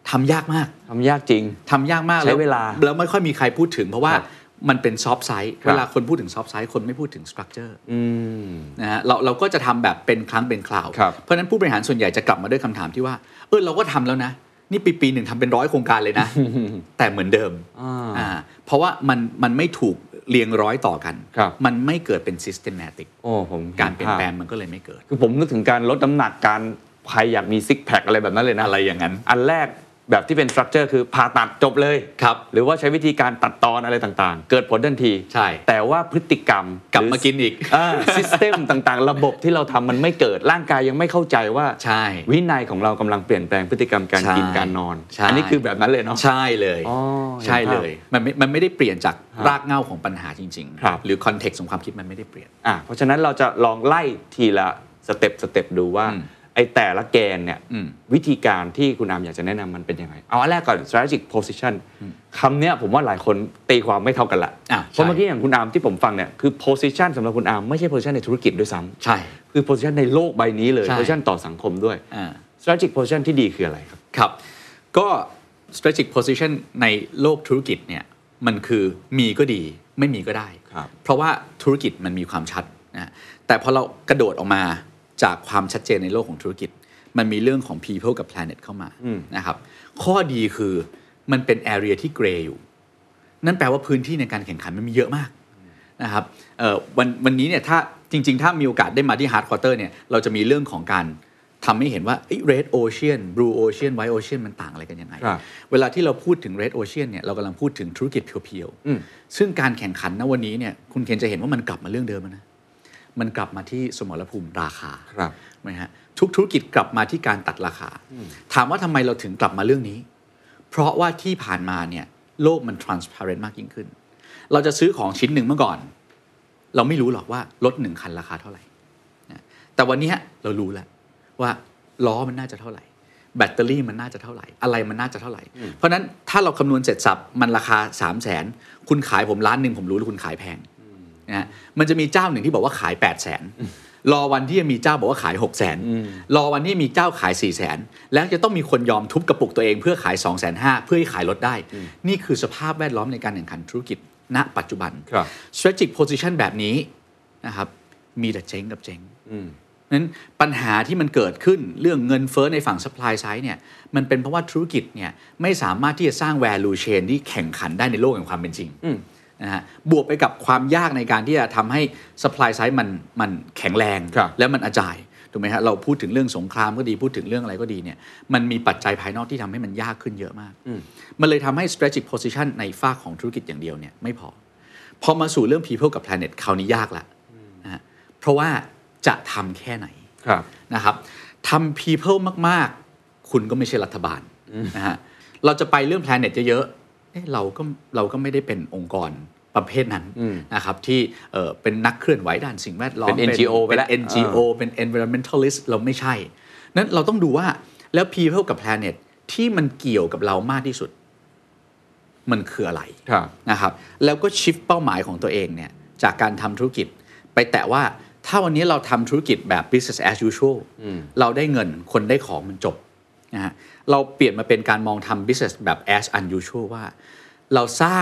ทำยากมากทำยากจริงทำยากมากใช้เวลาแล้วไม่ค่อยมีใครพูดถึงเพราะว่ามันเป็นซอฟต์ไซส์ครับเวลาคนพูดถึงซอฟต์ไซส์คนไม่พูดถึงสตรัคเจอร์นะฮะเราก็จะทำแบบเป็นครั้งเป็นคราวครับเพราะฉะนั้นผู้บริหารส่วนใหญ่จะกลับมาด้วยคำถามที่ว่าเราก็ทำแล้วนะนี่ปีหนึ่งทำเป็น100 โครงการเลยนะ แต่เหมือนเดิมเพราะว่ามันไม่ถูกเรียงร้อยต่อกันครับมันไม่เกิดเป็น systematic ผมการเปลี่ยนแปลงมันก็เลยไม่เกิดคือผมนึกถึงการลดน้ำหนักการใครอยากมีซิกแพคอะไรแบบนั้นเลยนะอะไรอย่างนั้นอันแรกแบบที่เป็นสตรัคเจอร์คือผ่าตัดจบเลยครับหรือว่าใช้วิธีการตัดตอนอะไรต่างๆ เกิดผลทันทีใช่แต่ว่าพฤติกรรมกลับมากินอีกซิสเต็มต่างๆ ระบบที่เราทำมันไม่เกิดร่างกายยังไม่เข้าใจว่าใช่วินัยของเรากำลังเปลี่ยนแปลงพฤติกรรมการกินใช่การนอนใช่อันนี้คือแบบนั้นเลยเนาะใช่เลยอ๋อใช่เลยมันไม่ได้เปลี่ยนจากครับรากเหง้าของปัญหาจริงครับหรือคอนเท็กซ์ของความคิดมันไม่ได้เปลี่ยนเพราะฉะนั้นเราจะลองไล่ทีละสเต็ปดูว่าไอ้แต่ละแกนเนี่ยวิธีการที่คุณอามอยากจะแนะนำมันเป็นยังไงเอาอันแรกก่อน strategic position คำเนี้ยผมว่าหลายคนตีความไม่เท่ากันละ เพราะเมื่อกี้อย่างคุณอามที่ผมฟังเนี่ยคือ position สำหรับคุณอามไม่ใช่ position ในธุรกิจด้วยซ้ำใช่คือ position ในโลกใบนี้เลยใช่ position ต่อสังคมด้วย strategic position ที่ดีคืออะไรครับครับก็ strategic position ในโลกธุรกิจเนี่ยมันคือมีก็ดีไม่มีก็ได้ครับเพราะว่าธุรกิจมันมีความชัดนะแต่พอเรากระโดดออกมาจากความชัดเจนในโลกของธุรกิจมันมีเรื่องของ people กับ planet เข้ามานะครับข้อดีคือมันเป็น area ที่ gray อยู่นั่นแปลว่าพื้นที่ในการแข่งขันมันมีเยอะมากนะครับวันนี้เนี่ยถ้าจริงๆถ้ามีโอกาสได้มาที่ hard quarter เนี่ยเราจะมีเรื่องของการทำให้เห็นว่า red ocean blue ocean white ocean มันต่างอะไรกันยังไง เวลาที่เราพูดถึง red ocean เนี่ยเรากำลังพูดถึงธุรกิจเพียวๆซึ่งการแข่งขันณวันนี้เนี่ยคุณเคนจะเห็นว่ามันกลับมาเรื่องเดิมนะมันกลับมาที่สมรภูมิราคาไหมฮะทุกธุรกิจกลับมาที่การตัดราคาถามว่าทำไมเราถึงกลับมาเรื่องนี้เพราะว่าที่ผ่านมาเนี่ยโลกมัน transparent มากยิ่งขึ้นเราจะซื้อของชิ้นหนึ่งเมื่อก่อนเราไม่รู้หรอกว่ารถ1 คันราคาเท่าไหร่แต่วันนี้เรารู้แล้วว่าล้อมันน่าจะเท่าไหร่แบตเตอรี่มันน่าจะเท่าไหร่อะไรมันน่าจะเท่าไหร่เพราะนั้นถ้าเราคำนวณเสร็จสับมันราคา 300,000 คุณขายผม1,000,000ผมรู้ว่าคุณขายแพงนะมันจะมีเจ้าหนึ่งที่บอกว่าขาย 800,000 รอวันที่จะมีเจ้าบอกว่าขาย 600,000 รอวันที่มีเจ้าขาย 400,000 แล้วจะต้องมีคนยอมทุบกระปุกตัวเองเพื่อขาย 250,000 เพื่อให้ขายรถได้นี่คือสภาพแวดล้อมในการแข่งขันธุรกิจณปัจจุบัน strategic position แบบนี้นะครับมีแต่เจ๊งกับเจ๊งนั้นปัญหาที่มันเกิดขึ้นเรื่องเงินเฟ้อในฝั่ง supply side เนี่ยมันเป็นเพราะว่าธุรกิจเนี่ยไม่สามารถที่จะสร้าง value chain ที่แข่งขันได้ในโลกแห่งความเป็นจริงนะฮะบวกไปกับความยากในการที่จะทำให้ supply side มันแข็งแรงและมันอาจายถูกไหมฮะเราพูดถึงเรื่องสงครามก็ดีพูดถึงเรื่องอะไรก็ดีเนี่ยมันมีปัจจัยภายนอกที่ทำให้มันยากขึ้นเยอะมากมันเลยทำให้ strategic position ในฝั่งของธุรกิจอย่างเดียวเนี่ยไม่พอมาสู่เรื่อง people กับ planet คราวนี้ยากละนะฮะเพราะว่าจะทำแค่ไหนนะครับทำ people มากๆคุณก็ไม่ใช่รัฐบาลนะฮะเราจะไปเรื่อง planet เยอะๆเราก็ไม่ได้เป็นองค์กรประเภทนั้นนะครับที่เป็นนักเคลื่อนไหวด้านสิ่งแวดล้อมเป็น NGO ไปแล้ว NGO เป็น environmentalist เราไม่ใช่นั้นเราต้องดูว่าแล้ว people กับ planet ที่มันเกี่ยวกับเรามากที่สุดมันคืออะไรนะครับแล้วก็ชิฟเป้าหมายของตัวเองเนี่ยจากการทำธุรกิจไปแตะว่าถ้าวันนี้เราทำธุรกิจแบบ business as usual เราได้เงินคนได้ของมันจบนะฮะเราเปลี่ยนมาเป็นการมองทำ business แบบ as unusual ว่าเราสร้าง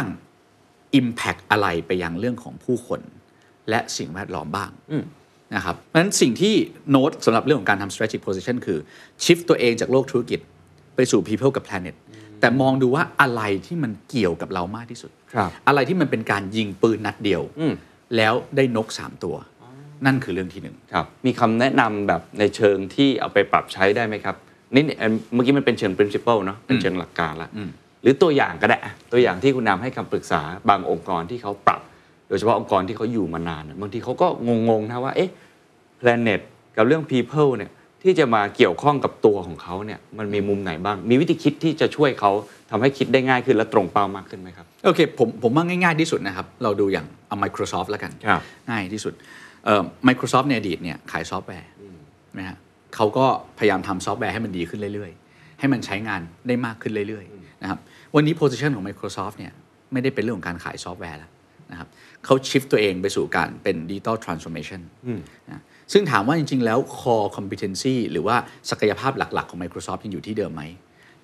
impact อะไรไปยังเรื่องของผู้คนและสิ่งแวดล้อมบ้างนะครับเพราะฉะนั้นสิ่งที่โน้ตสำหรับเรื่องของการทำ strategic position คือ shift ตัวเองจากโลกธุรกิจไปสู่ people กับ planetแต่มองดูว่าอะไรที่มันเกี่ยวกับเรามากที่สุดอะไรที่มันเป็นการยิงปืนนัดเดียวแล้วได้นก3ตัวนั่นคือเรื่องที่1 ครับมีคำแนะนำแบบในเชิงที่เอาไปปรับใช้ได้ไหมครับนี่เมื่อกี้มันเป็นเชิง principle เนาะเป็นเชิงหลักการละหรือตัวอย่างก็ได้ตัวอย่างที่คุณนำให้คำปรึกษาบางองค์กรที่เขาปรับโดยเฉพาะองค์กรที่เขาอยู่มานานบางทีเขาก็งงๆนะว่าเอ๊ะ planet กับเรื่อง people เนี่ยที่จะมาเกี่ยวข้องกับตัวของเขาเนี่ยมันมีมุมไหนบ้างมีวิธีคิดที่จะช่วยเขาทำให้คิดได้ง่ายขึ้นและตรงเป้ามากขึ้นไหมครับโอเคผมว่าง่ายๆที่สุดนะครับเราดูอย่างเอา Microsoft แล้วกันง่ายที่สุดMicrosoft ในอดีตเนี่ยขายซอฟต์แวร์นะฮะเขาก็พยายามทำซอฟต์แวร์ให้มันดีขึ้นเรื่อยๆให้มันใช้งานได้มากขึ้นเรื่อยๆนะครับวันนี้ position ของ Microsoft เนี่ยไม่ได้เป็นเรื่องของการขายซอฟต์แวร์แล้วนะครับเขา shift ตัวเองไปสู่การเป็น digital transformation นะซึ่งถามว่าจริงๆแล้ว core competency หรือว่าศักยภาพหลักๆของ Microsoft ยังอยู่ที่เดิมไหม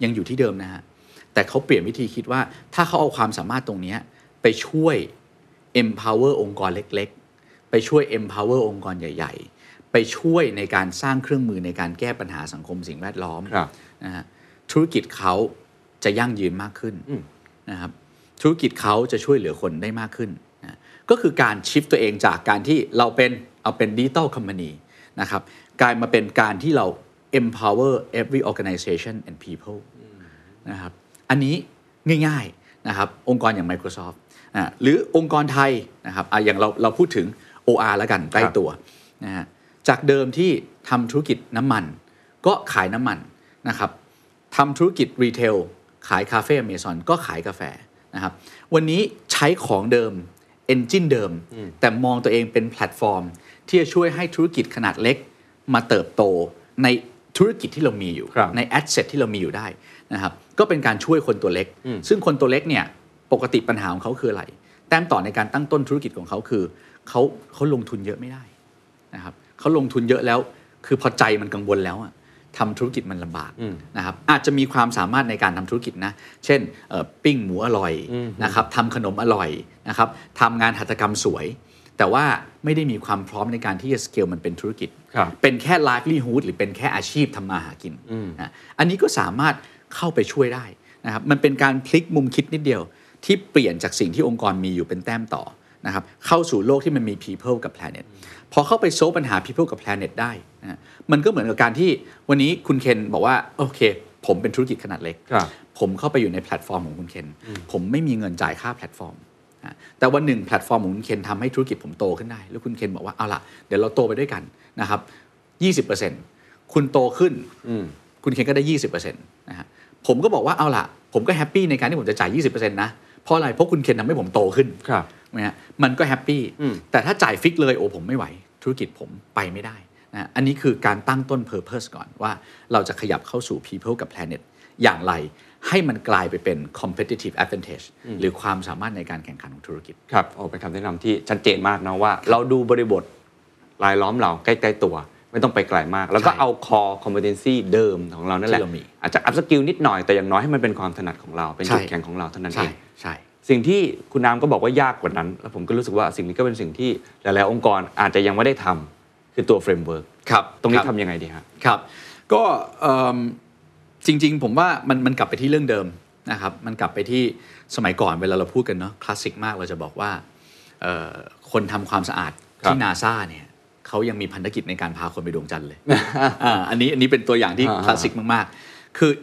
ยังอยู่ที่เดิมนะฮะแต่เขาเปลี่ยนวิธีคิดว่าถ้าเขาเอาความสามารถตรงนี้ไปช่วย empower องค์กรเล็กๆไปช่วย empower องค์กรใหญ่ๆไปช่วยในการสร้างเครื่องมือในการแก้ปัญหาสังคมสิ่งแวดล้อมนะฮะธุรกิจเขาจะยั่งยืนมากขึ้นนะครับธุรกิจเขาจะช่วยเหลือคนได้มากขึ้นนะก็คือการชิฟต์ตัวเองจากการที่เราเป็นดิจิตอลคอมพานีนะครับกลายมาเป็นการที่เรา empower every organization and people นะครับอันนี้ง่ายๆนะครับองค์กรอย่าง Microsoft หรือองค์กรไทยนะครับอย่างเราพูดถึง OR แล้วกันใกล้ตัวนะฮะจากเดิมที่ทำธุรกิจน้ำมันก็ขายน้ำมันนะครับทำธุรกิจรีเทลขายคาเฟ่อเมซอนก็ขายกาแฟนะครับวันนี้ใช้ของเดิม engine เดิมแต่มองตัวเองเป็นแพลตฟอร์มที่จะช่วยให้ธุรกิจขนาดเล็กมาเติบโตในธุรกิจที่เรามีอยู่ในแอสเซทที่เรามีอยู่ได้นะครับก็เป็นการช่วยคนตัวเล็กซึ่งคนตัวเล็กเนี่ยปกติปัญหาของเขาคืออะไรแต้มต่อในการตั้งต้นธุรกิจของเขาคือเขาลงทุนเยอะไม่ได้นะครับเขาลงทุนเยอะแล้วคือพอใจมันกังวลแล้วอะทำธุรกิจมันลำบากนะครับอาจจะมีความสามารถในการทำธุรกิจนะเช่นปิ้งหมูอร่อยนะครับทำขนมอร่อยนะครับทำงานหัตถกรรมสวยแต่ว่าไม่ได้มีความพร้อมในการที่จะสเกลมันเป็นธุรกิจเป็นแค่ livelihood หรือเป็นแค่อาชีพทำมาหากินนะอันนี้ก็สามารถเข้าไปช่วยได้นะครับมันเป็นการพลิกมุมคิดนิดเดียวที่เปลี่ยนจากสิ่งที่องค์กรมีอยู่เป็นแต้มต่อนะครับเข้าสู่โลกที่มันมี people กับ planet พอเข้าไปโซลปัญหา people กับ planet ได้นะมันก็เหมือนกับการที่วันนี้คุณเคนบอกว่าโอเคผมเป็นธุรกิจขนาดเล็กผมเข้าไปอยู่ในแพลตฟอร์มของคุณเคนผมไม่มีเงินจ่ายค่าแพลตฟอร์มแต่วันหนึ่งแพลตฟอร์มของคุณเคนทำให้ธุรกิจผมโตขึ้นได้แล้วคุณเคนบอกว่าเอาล่ะเดี๋ยวเราโตไปด้วยกันนะครับ 20% คุณโตขึ้นคุณเคนก็ได้ 20% นะฮะผมก็บอกว่าเอาล่ะผมก็แฮปปี้ในการที่ผมจะจ่าย 20% นะเพราะอะไรเพราะคุณเคนทำให้ผมโตขึ้นนะฮะมันก็แฮปปี้แต่ถ้าจ่ายฟิกเลยโอ้ผมไม่ไหวธุรกิจผมไปไม่ได้นะอันนี้คือการตั้งต้น purpose ก่อนว่าเราจะขยับเข้าสู่ people กับ planet อย่างไรให้มันกลายไปเป็น competitive advantage หรือความสามารถในการแข่งขันของธุรกิจครับเป็นคำแนะนำที่ชัดเจนมากนะว่าเราดูบริบทรายล้อมเราใกล้ๆตัวไม่ต้องไปไกลมากแล้วก็เอา core competency เดิมของเรานั่นแหละอาจจะ up skill นิดหน่อยแต่อย่างน้อยให้มันเป็นความถนัดของเราเป็นจุดแข็งของเราเท่านั้นเองใช่สิ่งที่คุณน้ำก็บอกว่ายากกว่านั้นแล้วผมก็รู้สึกว่าสิ่งนี้ก็เป็นสิ่งที่หลายๆองค์กรอาจจะยังไม่ได้ทำคือตัว framework ครับตรงนี้ทำยังไงดีครับก็จริงๆผมว่ามันกลับไปที่เรื่องเดิมนะครับมันกลับไปที่สมัยก่อนเวลาเราพูดกันเนาะคลาสสิกมากเราจะบอกว่าคนทำความสะอาดที่ NASA เนี่ยเขายังมีภารกิจในการพาคนไปดวงจันทร์เลย อันนี้เป็นตัวอย่างที่คลาสสิกมากๆคือ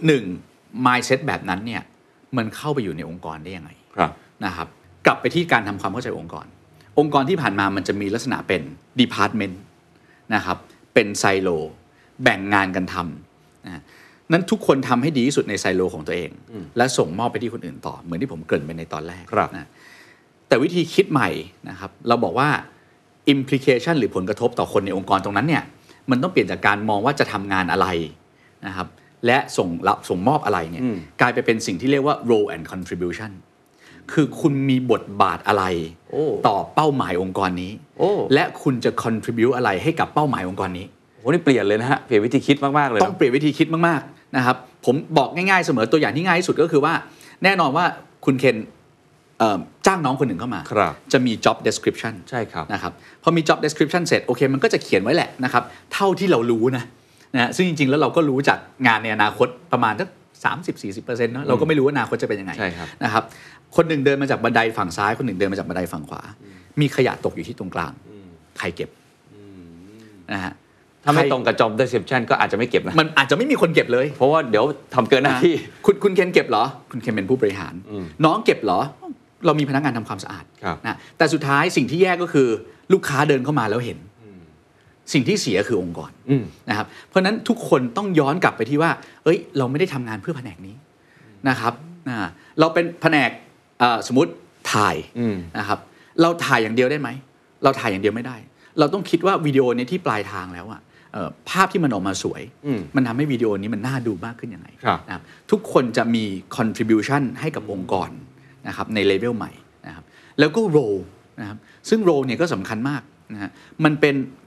1 mindset แบบนั้นเนี่ยมันเข้าไปอยู่ในองค์กรได้ยังไงนะครับกลับไปที่การทำความเข้าใจองค์กรที่ผ่านมามันจะมีลักษณะเป็น department นะครับเป็นไซโลแบ่งงานกันทำนะนั้นทุกคนทำให้ดีที่สุดในไซโลของตัวเองและส่งมอบไปที่คนอื่นต่อเหมือนที่ผมเกริ่นไปในตอนแรกนะแต่วิธีคิดใหม่นะครับเราบอกว่า implication หรือผลกระทบต่อคนในองค์กรตรงนั้นเนี่ยมันต้องเปลี่ยนจากการมองว่าจะทำงานอะไรนะครับและส่งมอบอะไรเนี่ยกลายไปเป็นสิ่งที่เรียกว่า role and contribution คือคุณมีบทบาทอะไรต่อเป้าหมายองค์กรนี้และคุณจะ contribute อะไรให้กับเป้าหมายองค์กรนี้โอ้นี่เปลี่ยนเลยนะฮะเปลี่ยนวิธีคิดมากๆเลยต้องเปลี่ยนวิธีคิดมากๆนะครับผมบอกง่ายๆเสมอตัวอย่างที่ง่ายที่สุดก็คือว่าแน่นอนว่าคุณเคนจ้างน้องคนหนึ่งเข้ามาจะมี job description ใช่ครับนะครับพอมี job description เสร็จโอเคมันก็จะเขียนไว้แหละนะครับเท่าที่เรารู้นะซึ่งจริงๆแล้วเราก็รู้จากงานในอนาคตประมาณสัก 30-40% เนาะเราก็ไม่รู้ว่าอนาคตจะเป็นยังไงนะครับคนหนึ่งเดินมาจากบันไดฝั่งซ้ายคนหนึ่งเดินมาจากบันไดฝั่งขวามีขยะตกอยู่ที่ตรงกลางใครเก็บนะฮะถ้าไม่ตรงกับ job description ก็อาจจะไม่เก็บนะมันอาจจะไม่มีคนเก็บเลยเพราะว่าเดี๋ยวทำเกินหน้าที่คุณเคนเก็บเหรอคุณเคนเป็นผู้บริหารน้องเก็บเหรอเรามีพนักงานทำความสะอาดนะแต่สุดท้ายสิ่งที่แย่ก็คือลูกค้าเดินเข้ามาแล้วเห็นสิ่งที่เสียคือองค์กรนะครับเพราะนั้นทุกคนต้องย้อนกลับไปที่ว่าเราไม่ได้ทำงานเพื่อแผนกนี้นะครับเราเป็นแผนกสมมติถ่ายนะครับเราถ่ายอย่างเดียวได้ไหมเราถ่ายอย่างเดียวไม่ได้เราต้องคิดว่าวิดีโอนี้ที่ปลายทางแล้วภาพที่มันออกมาสวยมันทำให้วิดีโอนี้มันน่าดูมากขึ้นยังไงนะครับทุกคนจะมี contribution ให้กับองค์กรนะครับในเลเวลใหม่นะครับแล้วก็ role นะครับซึ่ง role เนี่ยก็สำคัญมากนะฮะมันเป็น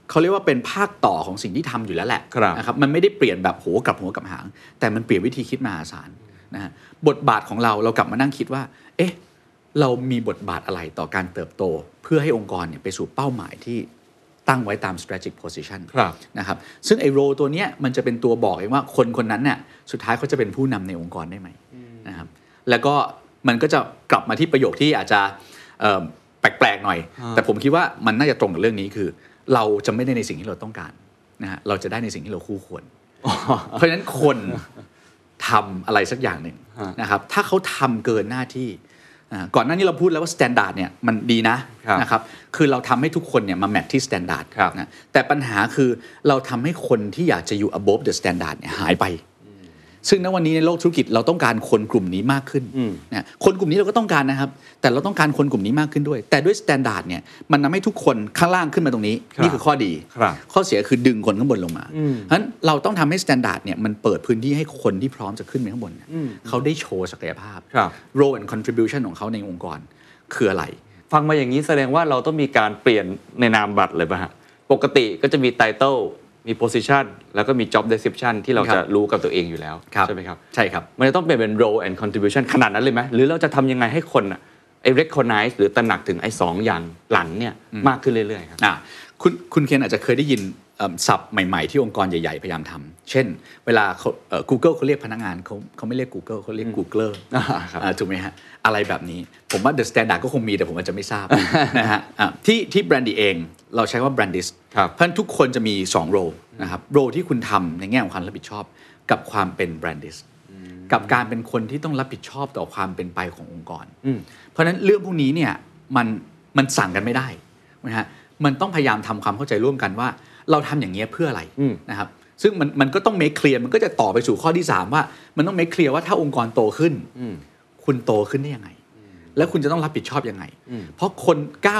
เขาเรียกว่าเป็นภาคต่อของสิ่งที่ทำอยู่แล้วแหละนะครับมันไม่ได้เปลี่ยนแบบโหกับหัวกับหางแต่มันเปลี่ยนวิธีคิดมหาศาลนะฮะบทบาทของเรากลับมานั่งคิดว่าเอ๊ะเรามีบทบาทอะไรต่อการเติบโตเพื่อให้องค์กรเนี่ยไปสู่เป้าหมายที่ตั้งไว้ตาม strategic position นะครับซึ่งไอ้ role ตัวเนี้ยมันจะเป็นตัวบอกเองว่าคนคนนั้นเนี่ยสุดท้ายเขาจะเป็นผู้นำในองค์กรได้ไหมนะครับแล้วก็มันก็จะกลับมาที่ประโยคที่อาจจะแปลกๆหน่อยแต่ผมคิดว่ามันน่าจะตรงกับเรื่องนี้คือเราจะไม่ได้ในสิ่งที่เราต้องการนะฮะเราจะได้ในสิ่งที่เราคู่ควรเพราะฉะนั้นคนทำอะไรสักอย่างหนึ่งนะครับถ้าเขาทำเกินหน้าที่ก่อนหน้านี้เราพูดแล้วว่า standard เนี่ยมันดีนะครับคือเราทำให้ทุกคนเนี่ยมาแมทที่ standard นะแต่ปัญหาคือเราทำให้คนที่อยากจะอยู่ above the standard เนี่ยหายไปซึ่งณวันนี้ในโลกธุรกิจเราต้องการคนกลุ่มนี้มากขึ้นนะคนกลุ่มนี้เราก็ต้องการนะครับแต่เราต้องการคนกลุ่มนี้มากขึ้นด้วยแต่ด้วย standard เนี่ยมันทำให้ทุกคนข้างล่างขึ้นมาตรงนี้นี่คือข้อดีข้อเสียคือดึงคนข้างบนลงมาเพราะฉะนั้นเราต้องทำให้ standard เนี่ยมันเปิดพื้นที่ให้คนที่พร้อมจะขึ้นไปข้างบนเขาได้โชว์ศักยภาพ role and contribution ของเขาในองค์กรคืออะไรฟังมาอย่างนี้แสดงว่าเราต้องมีการเปลี่ยนในนามบัตรเลยป่ะฮะปกติก็จะมี titleมี position แล้วก็มี job description ที่เราจะรู้กับตัวเองอยู่แล้วใช่ไหมครับใช่ครับมันจะต้องเปลี่ยนเป็น role and contribution ขนาดนั้นเลยไหมหรือเราจะทำยังไงให้คนrecognize หรือตระหนักถึงไอ้2อย่างหลังเนี่ยมากขึ้นเรื่อยๆครับคุณเคนอาจจะเคยได้ยินศัพท์ใหม่ๆที่องค์กรใหญ่ๆพยายามทำเช่นเวลาGoogle เขาเรียกพนักงานเขาไม่เรียก Google เขาเรียก Googler ถูกไหมฮะอะไรแบบนี้ผมว่า The Standard ก็คงมีแต่ผมอาจจะไม่ทราบนะฮะที่แบรนด์เองเราใช้ว่า Brandist เพราะฉะนั้นทุกคนจะมี2 role นะครับ role ที่คุณทำในแง่ของความรับผิดชอบกับความเป็น Brandist กับการเป็นคนที่ต้องรับผิดชอบต่อความเป็นไปขององค์กรเพราะฉะนั้นเรื่องพวกนี้เนี่ยมันสั่งกันไม่ได้นะฮะมันต้องพยายามทำความเข้าใจร่วมกันว่าเราทำอย่างนี้เพื่ออะไรนะครับซึ่งมันก็ต้อง make clear มันก็จะต่อไปสู่ข้อที่3ว่ามันต้อง make clear ว่าถ้าองค์กรโตขึ้นคุณโตขึ้นได้ยังไงแล้วคุณจะต้องรับผิดชอบยังไงเพราะคน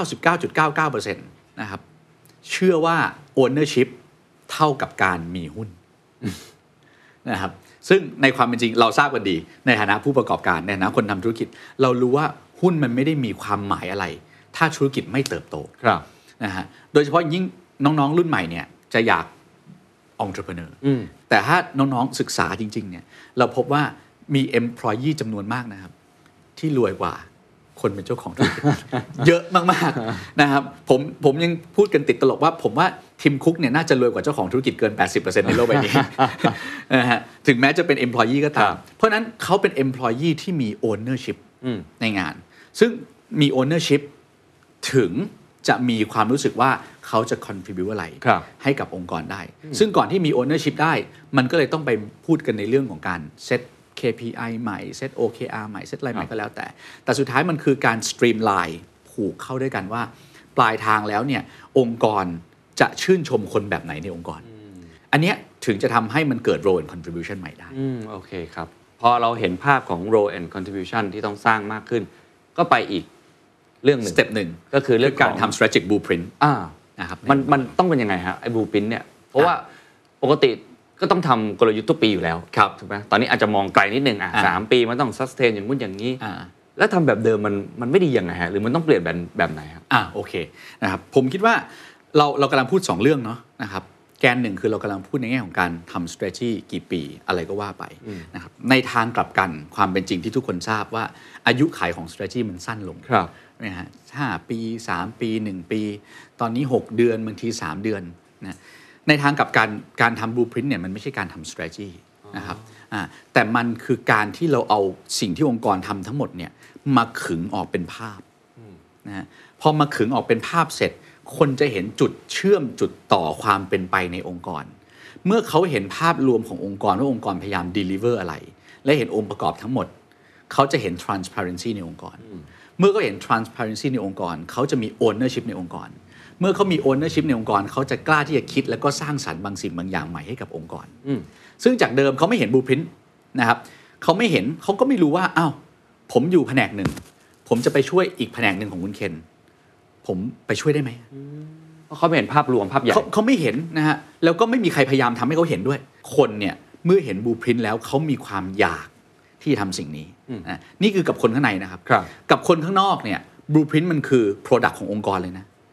99.99% นะครับเชื่อว่า ownership เท่ากับการมีหุ้นนะครับซึ่งในความเป็นจริงเราทราบกันดีในฐานะผู้ประกอบการในฐานะคนทำธุรกิจเรารู้ว่าหุ้นมันไม่ได้มีความหมายอะไรถ้าธุรกิจไม่เติบโตนะฮะโดยเฉพาะยิ่งน้องๆรุ่นใหม่เนี่ยจะอยาก entrepreneur แต่ถ้าน้องๆศึกษาจริงๆเนี่ยเราพบว่ามี employee จำนวนมากนะครับที่รวยกว่าคนเป็นเจ้าของธุรกิจ เยอะมากๆนะครับผมยังพูดกันติดตลกว่าผมว่าทีมคุกเนี่ยน่าจะรวยกว่าเจ้าของธุรกิจเกิน 80% ในโลกใบนี้ นะฮะถึงแม้จะเป็น employee ก็ตามเพราะนั้นเขาเป็น employee ที่มี ownership ในงานซึ่งมี ownership ถึงจะมีความรู้สึกว่าเขาจะ contribute อะไรให้กับองค์กรได้ซึ่งก่อนที่มี ownership ได้มันก็เลยต้องไปพูดกันในเรื่องของการ set KPI ใหม่ set OKR ใหม่ set อะไรใหม่ก็แล้วแต่สุดท้ายมันคือการ streamline ผูกเข้าด้วยกันว่าปลายทางแล้วเนี่ยองค์กรจะชื่นชมคนแบบไหนในองค์กรอันเนี้ยถึงจะทำให้มันเกิด role and contribution ใหม่ได้โอเคครับพอเราเห็นภาพของ role and contribution ที่ต้องสร้างมากขึ้นก็ไปอีกเรื่องหนึ่ง step หนึ่งก็คือเรื่องการทำ strategic blueprint นะครับมันต้องเป็นยังไงฮะไอ้ blueprint เนี่ยเพราะว่าปกติก็ต้องทำกลยุทธ์ทุกปีอยู่แล้วถูกไหมตอนนี้อาจจะมองไกลนิดนึง3 ปีมันต้อง sustain อย่างนู้นอย่างนี้แล้วทำแบบเดิมมันไม่ดียังไงฮะหรือมันต้องเปลี่ยนแบบไหนครับโอเคนะครับผมคิดว่าเรากำลังพูด2เรื่องเนาะนะครับแกนหนึ่งคือเรากำลังพูดในแง่ของการทำ strategy กี่ปีอะไรก็ว่าไปนะครับในทางกลับกันความเป็นจริงที่ทุกคนทราบว่าอายุขัยของ strategy มันสั้นลงนะฮะ5 ปี3 ปี1 ปีตอนนี้6 เดือนบางที3 เดือนนะในทางกับการทำ blueprint เนี่ยมันไม่ใช่การทำ strategy นะครับแต่มันคือการที่เราเอาสิ่งที่องค์กรทำทั้งหมดเนี่ยมาขึงออกเป็นภาพนะพอมาขึงออกเป็นภาพเสร็จคนจะเห็นจุดเชื่อมจุดต่อความเป็นไปในองค์กรเมื่อเขาเห็นภาพรวมขององค์กรว่าองค์กรพยายาม deliver อะไรและเห็นองค์ประกอบทั้งหมดเขาจะเห็น transparency ในองค์กรเมื่อเขาเห็น transparency ในองค์กรเขาจะมี ownership ในองค์กรเมื่อเขามี ownership ในองค์กรเขาจะกล้าที่จะคิดแล้วก็สร้างสรรค์บางสิ่งบางอย่างใหม่ให้กับองค์กรซึ่งจากเดิมเขาไม่เห็น blueprint นะครับเขาไม่เห็นเขาก็ไม่รู้ว่าอ้าวผมอยู่แผนกหนึ่งผมจะไปช่วยอีกแผนกหนึ่งของคุณเคนผมไปช่วยได้ไหมเพราะเขาไม่เห็นภาพรวมภาพใหญ่เขาไม่เห็นนะฮะแล้วก็ไม่มีใครพยายามทำให้เขาเห็นด้วยคนเนี่ยเมื่อเห็น blueprint แล้วเขามีความอยากที่ทำสิ่งนี้นี่คือกับคนข้างในนะครับกับคนข้างนอกเนี่ย blueprint มันคือ product ขององค์กรเลยนะ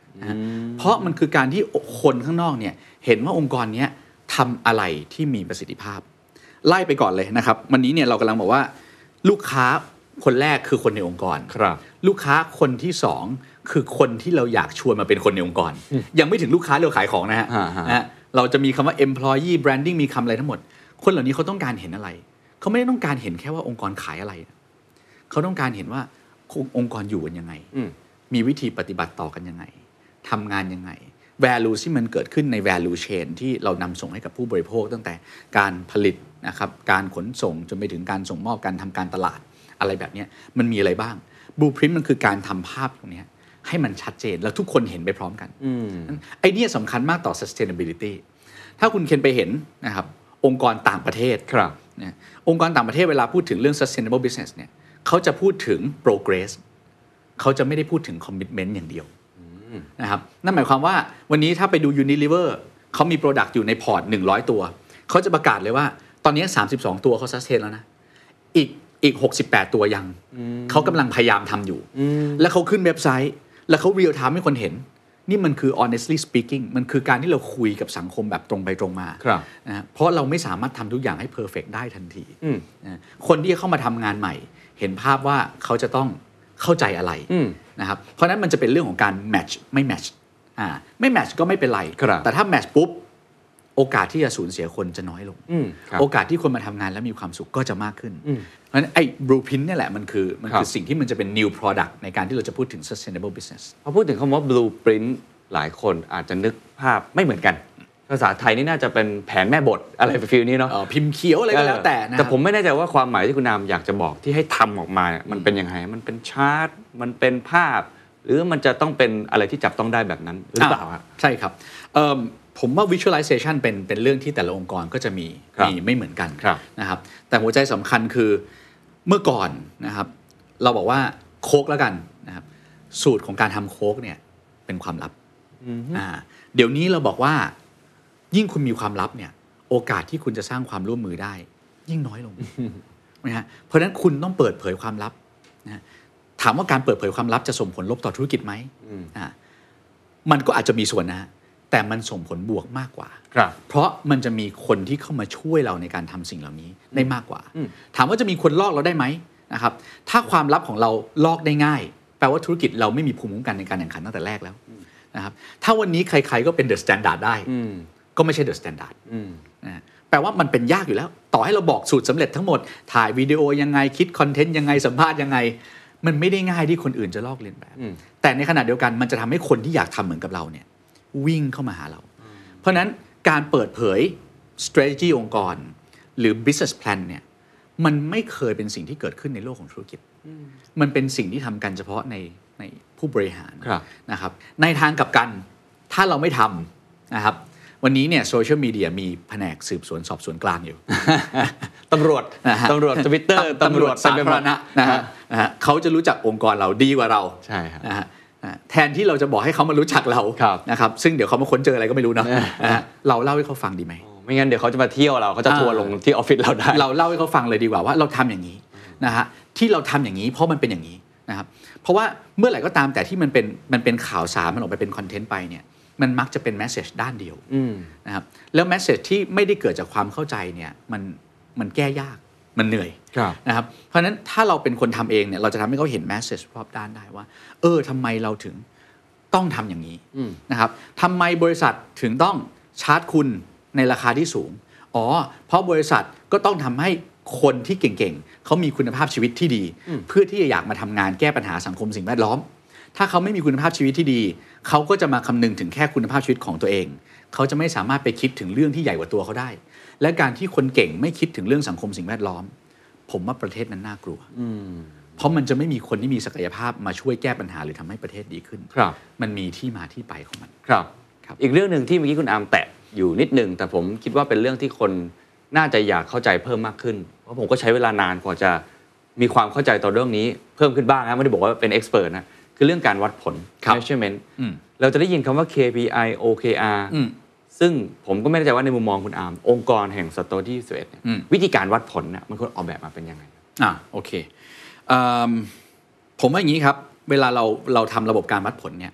นะเพราะมันคือการที่คนข้างนอกเนี่ยเห็นว่าองค์กรนี้ทำอะไรที่มีประสิทธิภาพไล่ไปก่อนเลยนะครับวันนี้เนี่ยเรากำลังบอกว่าลูกค้าคนแรกคือคนในองค์กรครับลูกค้าคนที่สองคือคนที่เราอยากชวนมาเป็นคนในองค์กรยังไม่ถึงลูกค้าเราขายของนะฮะเราจะมีคำว่า employee branding มีคำอะไรทั้งหมดคนเหล่านี้เขาต้องการเห็นอะไรเขาไม่ได้ต้องการเห็นแค่ว่าองค์กรขายอะไรเขาต้องการเห็นว่าองค์กรอยู่กันยังไงมีวิธีปฏิบัติต่อกันยังไงทำงานยังไง value ที่มันเกิดขึ้นใน value chain ที่เรานำส่งให้กับผู้บริโภคตั้งแต่การผลิตนะครับการขนส่งจนไปถึงการส่งมอบการทำการตลาดอะไรแบบนี้มันมีอะไรบ้าง blueprint มันคือการทำภาพตรงนี้ให้มันชัดเจนแล้วทุกคนเห็นไปพร้อมกันไอเดียสำคัญมากต่อ sustainability ถ้าคุณเคนไปเห็นนะครับองค์กรต่างประเทศนะองค์กรต่างประเทศเวลาพูดถึงเรื่อง sustainable business เนี่ยเขาจะพูดถึง progress เขาจะไม่ได้พูดถึง commitment อย่างเดียวนะครับนั่นหมายความว่าวันนี้ถ้าไปดู Unilever เขามี product อยู่ในพอร์ต100ตัวเขาจะประกาศเลยว่าตอนนี้32ตัวเขา sustain แล้วนะอีก68ตัวยังเขากำลังพยายามทำอยู่แล้วเขาขึ้นเว็บไซต์แล้วเขา real time ให้คนเห็นนี่มันคือ honestly speaking มันคือการที่เราคุยกับสังคมแบบตรงไปตรงมานะเพราะเราไม่สามารถทำทุกอย่างให้ perfect ได้ทันทีนะคนที่เข้ามาทำงานใหม่เห็นภาพว่าเขาจะต้องเข้าใจอะไรนะครับเพราะนั้นมันจะเป็นเรื่องของการ match ไม่ match ไม่ match ก็ไม่เป็นไรแต่ถ้า match ปุ๊บโอกาสที่จะสูญเสียคนจะน้อยลงโอกาสที่คนมาทำงานแล้วมีความสุขก็จะมากขึ้นเพราะฉะนั้นไอ้ blueprint นี่แหละมันคือสิ่งที่มันจะเป็น new product ในการที่เราจะพูดถึง sustainable business พอพูดถึงคำว่า blueprint หลายคนอาจจะนึกภาพไม่เหมือนกันภาษาไทยนี่น่าจะเป็นแผนแม่บทอะไรฟีลนี้เนาะพิมพ์เขียวอะไรก็แล้วแต่นะแต่ผมไม่แน่ใจว่าความหมายที่คุณนามอยากจะบอกที่ให้ทำออกมามันเป็นยังไงมันเป็นชาร์ตมันเป็นภาพหรือมันจะต้องเป็นอะไรที่จับต้องได้แบบนั้นหรือเปล่าครับใช่ครับผมว่า visualization เป็นเรื่องที่แต่ละองค์กรก็จะมีไม่เหมือนกันนะครับแต่หัวใจสำคัญคือเมื่อก่อนนะครับเราบอกว่าโค้กแล้วกันนะครับสูตรของการทำโค้กเนี่ยเป็นความลับเดี๋ยวนี้เราบอกว่ายิ่งคุณมีความลับเนี่ยโอกาสที่คุณจะสร้างความร่วมมือได้ยิ่งน้อยลงนะฮะเพราะฉะนั้นคุณต้องเปิดเผยความลับนะถามว่าการเปิดเผยความลับจะส่งผลลบต่อธุรกิจไหมมันก็อาจจะมีส่วนนะแต่มันส่งผลบวกมากกว่าเพราะมันจะมีคนที่เข้ามาช่วยเราในการทำสิ่งเหล่านี้ได้มากกว่าถามว่าจะมีคนลอกเราได้ไหมนะครับถ้าความลับของเราลอกได้ง่ายแปลว่าธุรกิจเราไม่มีภูมิคุ้มกันในการแข่งขันตั้งแต่แรกแล้วนะครับถ้าวันนี้ใครๆก็เป็นเดอะสแตนดาร์ดได้ก็ไม่ใช่เดอะสแตนดาร์ดนะแปลว่ามันเป็นยากอยู่แล้วต่อให้เราบอกสูตรสำเร็จทั้งหมดถ่ายวิดีโอยังไงคิดคอนเทนต์ยังไงสัมภาษณ์ยังไงมันไม่ได้ง่ายที่คนอื่นจะลอกเลียนแบบแต่ในขณะเดียวกันมันจะทำให้คนที่อยากทำเหมือนกับเราเนี่ยวิ่งเข้ามาหาเราเพราะนั้นการเปิดเผย strategy องค์กรหรือ business plan เนี่ยมันไม่เคยเป็นสิ่งที่เกิดขึ้นในโลกของธุรกิจมันเป็นสิ่งที่ทำกันเฉพาะในผู้บริหารนะครับในทางกลับกันถ้าเราไม่ทำนะครับวันนี้เนี่ยโซเชียลมีเดียมีแผนกสืบสวนสอบสวนกลางอยู่ตำรวจ Twitter ตำรวจสาธารณะนะฮะเขาจะรู้จักองค์กรเราดีกว่าเราใช่ครับนะฮะแทนที่เราจะบอกให้เขามารู้จักเรานะครับซึ่งเดี๋ยวเขามาค้นเจออะไรก็ไม่รู้นะเราเล่าให้เขาฟังดีไหมไม่งั้นเดี๋ยวเขาจะมาเที่ยวเราเขาจะทัวร์ลงที่ออฟฟิศเราได้เราเล่าให้เขาฟังเลยดีกว่าว่าเราทำอย่างนี้นะฮะที่เราทำอย่างนี้เพราะมันเป็นอย่างนี้นะครับเพราะว่าเมื่อไหร่ก็ตามแต่ที่มันเป็นข่าวสารมันออกไปเป็นคอนเทนต์ไปเนี่ยมันมักจะเป็นแมสเสจด้านเดียวนะครับแล้วแมสเสจที่ไม่ได้เกิดจากความเข้าใจเนี่ยมันแก้ยากมันเหนื่อยนะครับเพราะฉะนั้นถ้าเราเป็นคนทำเองเนี่ยเราจะทำให้เขาเห็นแมสเสจรอบด้านได้ว่าทำไมเราถึงต้องทำอย่างนี้นะครับทำไมบริษัทถึงต้องชาร์จคุณในราคาที่สูงเพราะบริษัทก็ต้องทำให้คนที่เก่งๆเขามีคุณภาพชีวิตที่ดีเพื่อที่จะอยากมาทำงานแก้ปัญหาสังคมสิ่งแวดล้อมถ้าเขาไม่มีคุณภาพชีวิตที่ดีเขาก็จะมาคำนึงถึงแค่คุณภาพชีวิตของตัวเองเขาจะไม่สามารถไปคิดถึงเรื่องที่ใหญ่กว่าตัวเขาได้และการที่คนเก่งไม่คิดถึงเรื่องสังคมสิ่งแวดล้อมผมว่าประเทศนั้นน่ากลัวเพราะมันจะไม่มีคนที่มีศักยภาพมาช่วยแก้ปัญหาหรือทำให้ประเทศดีขึ้นมันมีที่มาที่ไปของมันครับอีกเรื่องนึงที่เมื่อกี้คุณอาร์มแตะอยู่นิดนึงแต่ผมคิดว่าเป็นเรื่องที่คนน่าจะอยากเข้าใจเพิ่มมากขึ้นเพราะผมก็ใช้เวลานานกว่าจะมีความเข้าใจต่อเรื่องนี้เพิ่มขึ้นบ้างนะไม่ได้บอกว่าเป็นเอ็กซ์เพิร์ทนะคือเรื่องการวัดผล measurement เราจะได้ยินคำว่า KPI OKR ซึ่งผมก็ไม่แน่ใจว่าในมุมมองคุณอาร์มองค์กรแห่งศตวรรษที่21เนี่ยวิธีการวัดผลเนี่ยมันควรออกแบบมาเป็นยังไงโอเคผมว่าอย่างนี้ครับเวลาเราทำระบบการวัดผลเนี่ย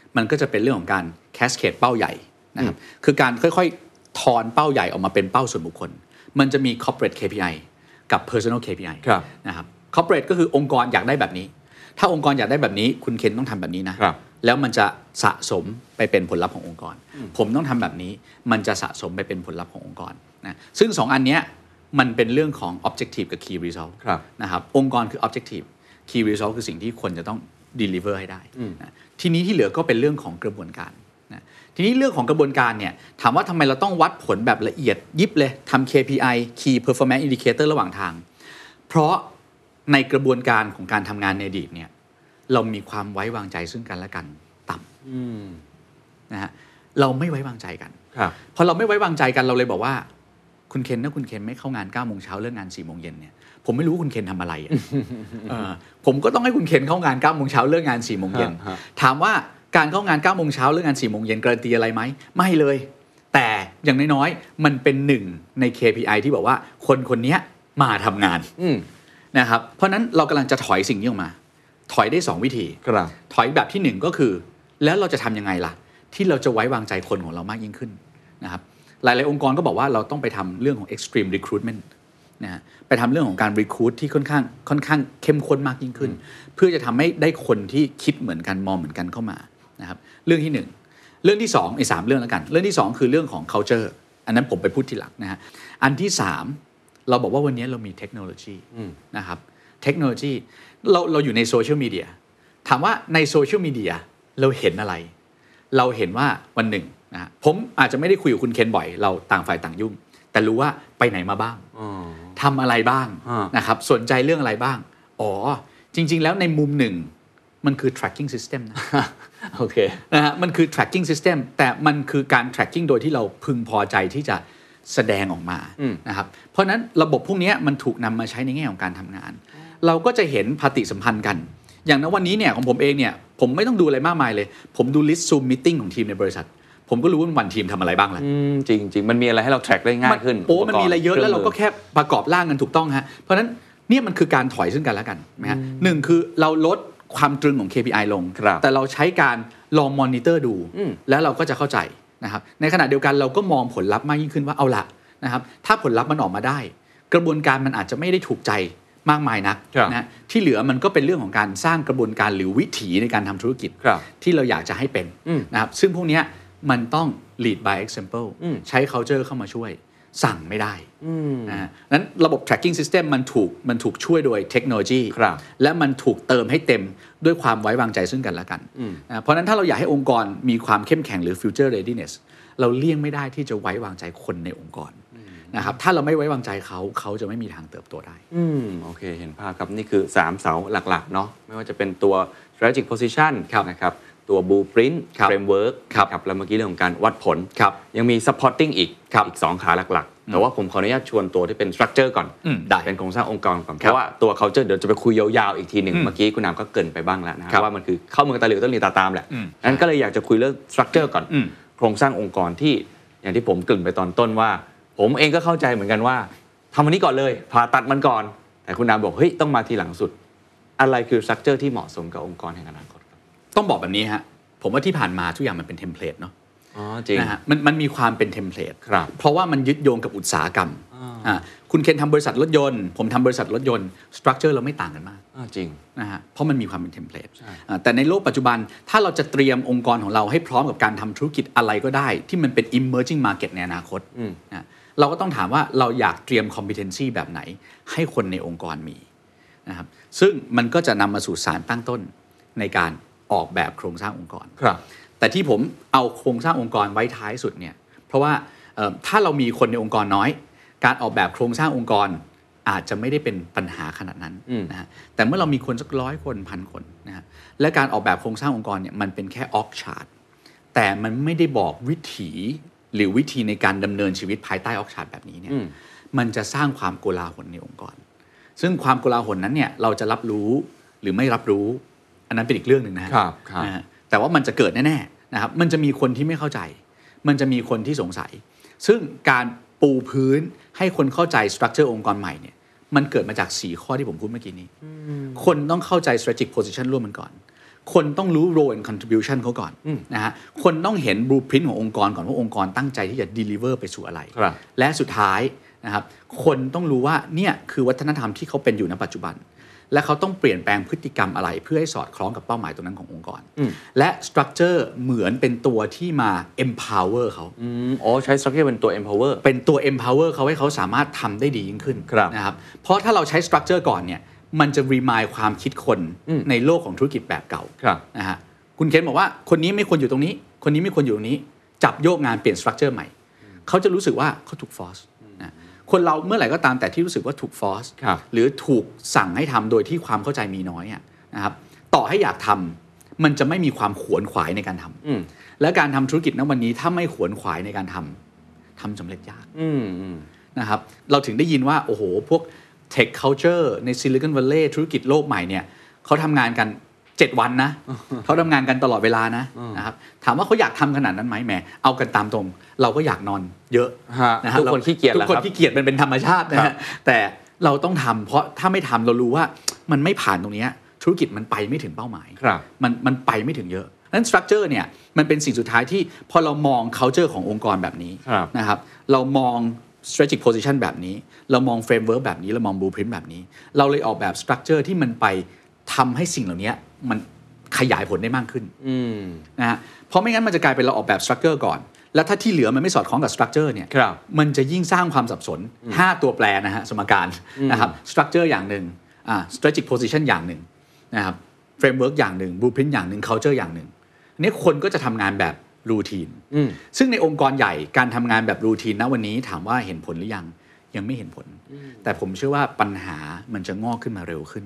มันก็จะเป็นเรื่องของการ cascade เป้าใหญ่นะครับคือการค่อยๆทอนเป้าใหญ่ออกมาเป็นเป้าส่วนบุคคลมันจะมี corporate KPI กับ personal KPI นะครับ corporate ก็คือองค์กรอยากได้แบบนี้ถ้าองค์กรอยากได้แบบนี้คุณเคนต้องทำแบบนี้นะแล้วมันจะสะสมไปเป็นผลลัพธ์ขององค์กรผมต้องทำแบบนี้มันจะสะสมไปเป็นผลลัพธ์ขององค์กรนะซึ่ง2อันเนี้ยมันเป็นเรื่องของ objective กับ key result นะครับองค์กรคือ objective key result คือสิ่งที่คนจะต้อง deliver ให้ได้นะทีนี้ที่เหลือก็เป็นเรื่องของกระบวนการนะทีนี้เรื่องของกระบวนการเนี่ยถามว่าทำไมเราต้องวัดผลแบบละเอียดยิบเลยทำ KPI key performance indicator ระหว่างทางเพราะในกระบวนการของการทำงานในอดีตเนี่ยเรามีความไว้วางใจซึ่งกันและกันต่ำนะฮะเราไม่ไว้วางใจกันพอเราไม่ไว้วางใจกันเราเลยบอกว่าคุณเคนถ้าคุณเคนไม่เข้างาน 9 โมงเช้าเลิกงาน 4 โมงเย็นเนี่ยผมไม่รู้ว่าคุณเคนทำอะไร ผมก็ต้องให้คุณเคนเข้างาน 9 โมงเช้าเลิกงาน 4 โมงเย็นถามว่าการเข้างาน 9 โมงเช้าเลิกงาน 4 โมงเย็นการันตีอะไรไหมไม่เลยแต่อย่างน้อยๆมันเป็นหนึ่งใน KPI ที่บอกว่าคนนี้มาทำงานนะครับเพราะนั้นเรากำลังจะถอยสิ่งนี้ออกมาถอยได้2วิธีถอยแบบที่1ก็คือแล้วเราจะทำยังไงล่ะที่เราจะไว้วางใจคนของเรามากยิ่งขึ้นนะครับหลายๆองค์กรก็บอกว่าเราต้องไปทำเรื่องของ extreme recruitment นะฮะไปทำเรื่องของการ recruit ที่ค่อนข้างเข้มข้นมากยิ่งขึ้นเพื่อจะทำให้ได้คนที่คิดเหมือนกันมองเหมือนกันเข้ามานะครับเรื่องที่1เรื่องที่2ไอ้3เรื่องแล้วกันเรื่องที่2คือเรื่องของ culture อันนั้นผมไปพูดทีหลังนะฮะอันที่3เราบอกว่าวันนี้เรามีเทคโนโลยีนะครับเทคโนโลยีเราอยู่ในโซเชียลมีเดียถามว่าในโซเชียลมีเดียเราเห็นอะไรเราเห็นว่าวันหนึ่งนะผมอาจจะไม่ได้คุยกับคุณเคนบ่อยเราต่างฝ่ายต่างยุ่งแต่รู้ว่าไปไหนมาบ้างทำอะไรบ้างนะครับสนใจเรื่องอะไรบ้างอ๋อจริงๆแล้วในมุมหนึ่งมันคือ tracking system นะโอเคนะฮะมันคือ tracking system แต่มันคือการ tracking โดยที่เราพึงพอใจที่จะแสดงออกมานะครับเพราะนั้นระบบพวกนี้มันถูกนำมาใช้ในแง่ของการทำงานเราก็จะเห็นปฏิสัมพันธ์กันอย่างณวันนี้เนี่ยของผมเองเนี่ยผมไม่ต้องดูอะไรมากมายเลยผมดู list zoom meeting ของทีมในบริษัทผมก็รู้ว่าวันทีมทำอะไรบ้างแล้วจริงๆมันมีอะไรให้เรา track ได้ง่ายขึ้นมันมีอะไรเยอะแล้วเราก็แค่ประกอบร่างกันถูกต้องฮะเพราะฉะนั้นเนี่ยมันคือการถอยซึ่งกันและกันนะฮะหนึ่งคือเราลดความตรึงของ KPI ลงแต่เราใช้การลองมอนิเตอร์ดูแล้วเราก็จะเข้าใจนะครับในขณะเดียวกันเราก็มองผลลัพธ์มากยิ่งขึ้นว่าเอาละนะครับถ้าผลลัพธ์มันออกมาได้กระบวนการมันอาจจะไม่ได้ถูกใจมากมายนักนะที่เหลือมันก็เป็นเรื่องของการสร้างกระบวนการหรือวิถีในการทำธุรกิจที่เราอยากจะให้เป็นนะครับซึ่งพวกนี้มันต้อง lead by example ใช้ culture เข้ามาช่วยสั่งไม่ได้นั้นระบบ tracking system มันถูกช่วยโดยเทคโนโลยีและมันถูกเติมให้เต็มด้วยความไว้วางใจซึ่งกันและกันเพราะนั้นถ้าเราอยากให้องค์กรมีความเข้มแข็งหรือ future readiness เราเลี่ยงไม่ได้ที่จะไว้วางใจคนในองค์กรนะครับถ้าเราไม่ไว้วางใจเขาจะไม่มีทางเติบโตได้โอเคเห็นภาพครับนี่คือ3เสาหลักๆเนาะไม่ว่าจะเป็นตัว strategic position นะครับตัว blueprint framework ครับแล้วเมื่อกี้เรื่องของการวัดผลยังมี supporting อีก2ขาหลักๆแต่ว่าผมขออนุญาตชวนตัวที่เป็น structure ก่อนเป็นโครงสร้างองค์กรก่อนเพราะว่าตัว culture เดี๋ยวจะไปคุยยาวๆอีกทีหนึ่งเมื่อกี้คุณนามก็เกริ่นไปบ้างแล้วนะว่ามันคือเข้าเมืองตาหลิวต้องเรียนตาตามแหละงั้นก็เลยอยากจะคุยเรื่อง structure ก่อนโครงสร้างองค์กรที่อย่างที่ผมเกริ่นไปตอนต้นว่าผมเองก็เข้าใจเหมือนกันว่าทำอันนี้ก่อนเลยผ่าตัดมันก่อนแต่คุณนามบอกเฮ้ยต้องมาทีหลังสุดอะไรคือสตรัคเจอร์ที่เหมาะสมกับองค์กรแห่งอนาคตต้องบอกแบบนี้ฮะผมว่าที่ผ่านมาทุกอย่างมันเป็นเทมเพลตเนาะจริงนะฮะมันมีความเป็นเทมเพลตเพราะว่ามันยึดโยงกับอุตสาหกรรมคุณเคนทำบริษัทรถยนต์ผมทำบริษัทรถยนต์สตรัคเจอร์เราไม่ต่างกันมากจริงนะฮะเพราะมันมีความเป็นเทมเพลตแต่ในโลกปัจจุบันถ้าเราจะเตรียมองค์กรของเราให้พร้อมกับการทำธุรกิจอะไรก็ได้ที่มันเป็น emerging market ในอนาคตนะเราก็ต้องถามว่าเราอยากเตรียม competency แบบไหนให้คนในองค์กรมีนะครับซึ่งมันก็จะนำมาสู่สารตั้งต้นในการออกแบบโครงสร้างองค์กรแต่ที่ผมเอาโครงสร้างองค์กรไว้ท้ายสุดเนี่ยเพราะว่าถ้าเรามีคนในองค์กรน้อยการออกแบบโครงสร้างองค์กรอาจจะไม่ได้เป็นปัญหาขนาดนั้นนะฮะแต่เมื่อเรามีคนสัก100 คน1,000 คนนะฮะและการออกแบบโครงสร้างองค์กรเนี่ยมันเป็นแค่ org chart แต่มันไม่ได้บอกวิถีหรือวิธีในการดำเนินชีวิตภายใต้ org chart แบบนี้เนี่ยมันจะสร้างความโกลาหลในองค์กรซึ่งความโกลาหลนั้นเนี่ยเราจะรับรู้หรือไม่รับรู้อันนั้นเป็นอีกเรื่องนึงนะครับแต่ว่ามันจะเกิดแน่ๆนะครับมันจะมีคนที่ไม่เข้าใจมันจะมีคนที่สงสัยซึ่งการปูพื้นให้คนเข้าใจสตรัคเจอร์องค์กรใหม่เนี่ยมันเกิดมาจาก4ข้อที่ผมพูดเมื่อกี้นี้คนต้องเข้าใจ strategic position ร่วมกันก่อนคนต้องรู้ role and contribution เขาก่อนนะฮะคนต้องเห็น blueprint ขององค์กรก่อนว่าองค์กรตั้งใจที่จะ deliver ไปสู่อะไรและสุดท้ายนะครับคนต้องรู้ว่าเนี่ยคือวัฒนธรรมที่เขาเป็นอยู่ในปัจจุบันและเขาต้องเปลี่ยนแปลงพฤติกรรมอะไรเพื่อให้สอดคล้องกับเป้าหมายตรงนั้นขององค์กรและ structure เหมือนเป็นตัวที่มา empower เขาใช้ structure เป็นตัว empower เป็นตัว empower เขาให้เขาสามารถทำได้ดียิ่งขึ้นนะครับเพราะถ้าเราใช้ structure ก่อนเนี่ยมันจะ remind ความคิดคนในโลกของธุรกิจแบบเก่านะฮะคุณเคนบอกว่าคนนี้ไม่ควรอยู่ตรงนี้คนนี้ไม่ควรอยู่ตรงนี้จับโยกงานเปลี่ยน structure ใหม่เขาจะรู้สึกว่าเขาถูก forceคนเราเมื่อไหร่ก็ตามแต่ที่รู้สึกว่าถูกฟอร์สหรือถูกสั่งให้ทำโดยที่ความเข้าใจมีน้อยนะครับต่อให้อยากทำมันจะไม่มีความขวนขวายในการทำและการทำธุรกิจณวันนี้ถ้าไม่ขวนขวายในการทำสำเร็จยากนะครับเราถึงได้ยินว่าโอ้โหพวก tech culture ใน Silicon Valley ธุรกิจโลกใหม่เนี่ยเขาทำงานกัน7 วันนะเขาทำงานกันตลอดเวลานะครับถามว่าเขาอยากทำขนาดนั้นไหมแหมเอากันตามตรงเราก็อยากนอนเยอะนะฮะทุกคนขี้เกียจทุกคนขี้เกียจมันเป็นธรรมชาตินะฮะแต่เราต้องทำเพราะถ้าไม่ทำเรารู้ว่ามันไม่ผ่านตรงนี้ธุรกิจมันไปไม่ถึงเป้าหมายมันไปไม่ถึงเยอะนั้น structure เนี่ยมันเป็นสิ่งสุดท้ายที่พอเรามอง culture ขององค์กรแบบนี้นะครับเรามอง strategic position แบบนี้เรามอง framework แบบนี้เรามอง blueprint แบบนี้เราเลยออกแบบ structure ที่มันไปทำให้สิ่งเหล่านี้มันขยายผลได้มากขึ้นนะฮะเพราะไม่งั้นมันจะกลายเป็นเราออกแบบ structure ก่อนแล้วถ้าที่เหลือมันไม่สอดคล้องกับ structure เนี่ยมันจะยิ่งสร้างความสับสน5ตัวแปรนะฮะสมการนะครับ structure อย่างหนึ่งstrategic position อย่างหนึ่งนะครับ framework อย่างหนึ่ง blueprint อย่างหนึ่ง culture อย่างหนึ่งอันนี้คนก็จะทำงานแบบรูทีนซึ่งในองค์กรใหญ่การทำงานแบบรูทีนณวันนี้ถามว่าเห็นผลหรือยังไม่เห็นผลแต่ผมเชื่อว่าปัญหามันจะงอกขึ้นมาเร็วขึ้น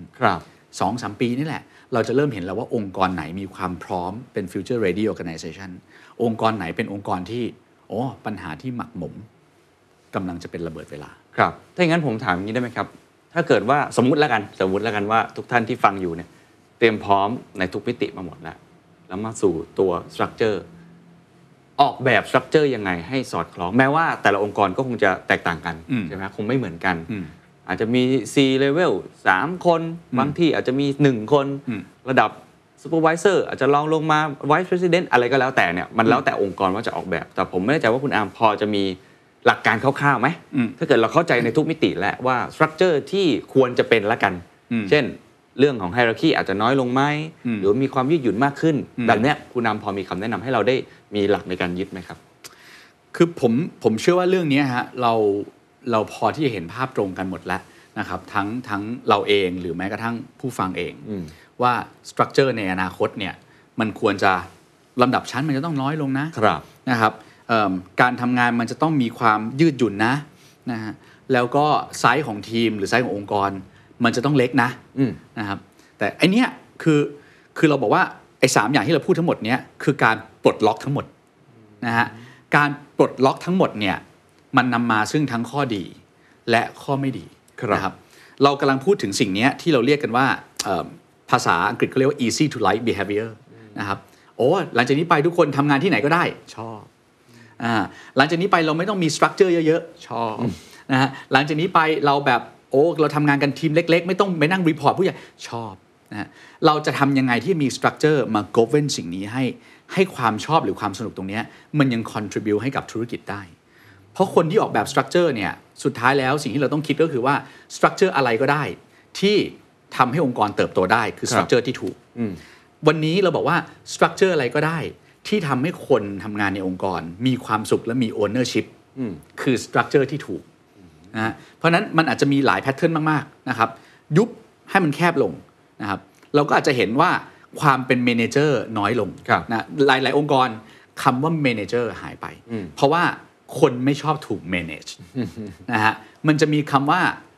2-3 ปีนี่แหละเราจะเริ่มเห็นแล้วว่าองค์กรไหนมีความพร้อมเป็น future ready organization องค์กรไหนเป็นองค์กรที่ปัญหาที่หมักหมมกำลังจะเป็นระเบิดเวลาครับถ้าอย่างนั้นผมถามอย่างนี้ได้ไหมครับถ้าเกิดว่าสมมุติแล้วกันว่าทุกท่านที่ฟังอยู่เนี่ยเตรียมพร้อมในทุกมิติมาหมดแล้วมาสู่ตัว structure ออกแบบ structure ยังไงให้สอดคล้องแม้ว่าแต่ละองค์กรก็คงจะแตกต่างกันใช่ไหมคงไม่เหมือนกันอาจจะมี C level 3 คนบางที่อาจจะมี1 คนระดับ supervisor อาจจะลงมา vice president อะไรก็แล้วแต่เนี่ยมันแล้วแต่องค์กรว่าจะออกแบบแต่ผมไม่แน่ใจว่าคุณอาร์มพอจะมีหลักการคร่าวๆไหมถ้าเกิดเราเข้าใจในทุกมิติแล้วว่า structure ที่ควรจะเป็นละกันเช่นเรื่องของ hierarchy อาจจะน้อยลงไหมหรือมีความยืดหยุ่นมากขึ้นแบบเนี้ยคุณอาร์มพอมีคำแนะนำให้เราได้มีหลักในการยึดไหมครับคือผมเชื่อว่าเรื่องนี้ฮะเราพอที่จะเห็นภาพตรงกันหมดแล้วนะครับทั้งเราเองหรือแม้กระทั่งผู้ฟังเองว่าสตรัคเจอร์ในอนาคตเนี่ยมันควรจะลำดับชั้นมันจะต้องน้อยลงนะครับการทำงานมันจะต้องมีความยืดหยุ่นนะฮะแล้วก็ไซส์ของทีมหรือไซส์ขององค์กรมันจะต้องเล็กนะครับแต่ไอเนี้ยคือเราบอกว่าไอ้3อย่างที่เราพูดทั้งหมดเนี้ยคือการปลดล็อกทั้งหมดนะฮะการปลดล็อกทั้งหมดเนี่ยมันนำมาซึ่งทั้งข้อดีและข้อไม่ดีนะครับเรากำลังพูดถึงสิ่งนี้ที่เราเรียกกันว่าภาษาอังกฤษเขาเรียกว่า easy to like behavior นะครับหลังจากนี้ไปทุกคนทำงานที่ไหนก็ได้ชอบหลังจากนี้ไปเราไม่ต้องมี structure เยอะๆชอบนะฮะหลังจากนี้ไปเราแบบเราทำงานกันทีมเล็กๆไม่ต้องไปนั่งรีพอร์ตผู้ใหญ่ชอบนะฮะเราจะทำยังไงที่มี structure มา govern สิ่งนี้ให้ความชอบหรือความสนุกตรงนี้มันยัง contribute ให้กับธุรกิจได้เพราะคนที่ออกแบบ structure เนี่ยสุดท้ายแล้วสิ่งที่เราต้องคิดก็คือว่า structure อะไรก็ได้ที่ทำให้องค์กรเติบโตได้คือ structure ที่ถูกวันนี้เราบอกว่า structure อะไรก็ได้ที่ทำให้คนทำงานในองค์กรมีความสุขและมี ownership คือ structure ที่ถูกนะเพราะนั้นมันอาจจะมีหลายแพทเทิร์นมากๆนะครับยุบให้มันแคบลงนะครับเราก็อาจจะเห็นว่าความเป็น manager น้อยลงนะหลายๆองค์กรคำว่า manager หายไปเพราะว่าคนไม่ชอบถูก manage นะฮะมันจะมีคำว่า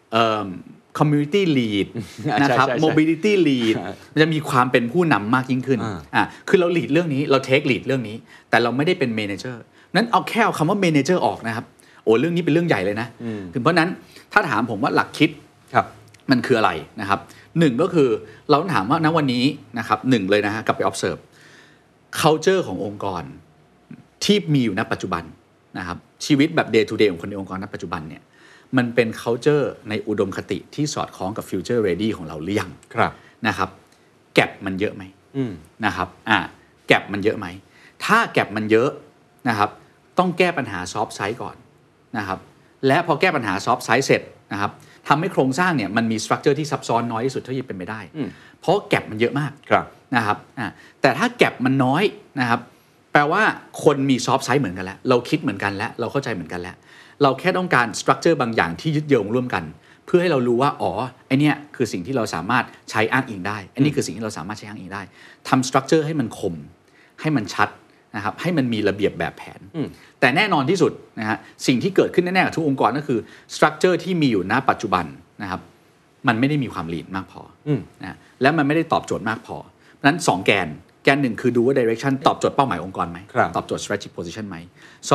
community lead นะครับ mobility lead มันจะมีความเป็นผู้นำมากยิ่งขึ้นคือเรา lead เรื่องนี้เรา take lead เรื่องนี้แต่เราไม่ได้เป็น manager นั้นเอาคำว่า manager ออกนะครับเรื่องนี้เป็นเรื่องใหญ่เลยนะเพราะนั้นถ้าถามผมว่าหลักคิดมันคืออะไรนะครับ1ก็คือเราต้องถามว่าณวันนี้นะครับ1เลยนะฮะกลับไป observe culture ขององค์กรที่มีอยู่ณปัจจุบันนะครับชีวิตแบบ day to day ของคนในองค์กรณปัจจุบันเนี่ยมันเป็น culture ในอุดมคติที่สอดคล้องกับ future ready ของเราหรือยังนะครับแก็ปมันเยอะไหมนะครับแก็บมันเยอะไหมถ้าแก็บมันเยอะนะครับต้องแก้ปัญหาซอฟต์ไซส์ก่อนนะครับและพอแก้ปัญหาซอฟต์ไซส์เสร็จนะครับทำให้โครงสร้างเนี่ยมันมีสตรัคเจอร์ที่ซับซ้อนน้อยที่สุดเท่าที่เป็นไปได้เพราะแก็บมันเยอะมากนะครับแต่ถ้าแก็บมันน้อยนะครับแปลว่าคนมีซอฟต์ไซส์เหมือนกันแล้วเราคิดเหมือนกันแล้วเราเข้าใจเหมือนกันแล้วเราแค่ต้องการสตรัคเจอร์บางอย่างที่ยึดโยงร่วมกันเพื่อให้เรารู้ว่าอ๋อไอเนี้ยคือสิ่งที่เราสามารถใช้อ้างอิงได้อันนี้คือสิ่งที่เราสามารถใช้อ้างอิงได้ทำสตรัคเจอร์ให้มันคมให้มันชัดนะครับให้มันมีระเบียบแบบแผนแต่แน่นอนที่สุดนะฮะสิ่งที่เกิดขึ้นแน่ๆกับทุกองค์กรก็คือสตรัคเจอร์ที่มีอยู่ณปัจจุบันนะครับมันไม่ได้มีความลีนมากพอนะและมันไม่ได้ตอบโจทย์มากพอเพราะฉะนั้น2แกนหนึ่งคือดูว่า direction ตอบโจทย์เป้าหมายองค์กรไหมตอบโจทย์ strategic position ไหม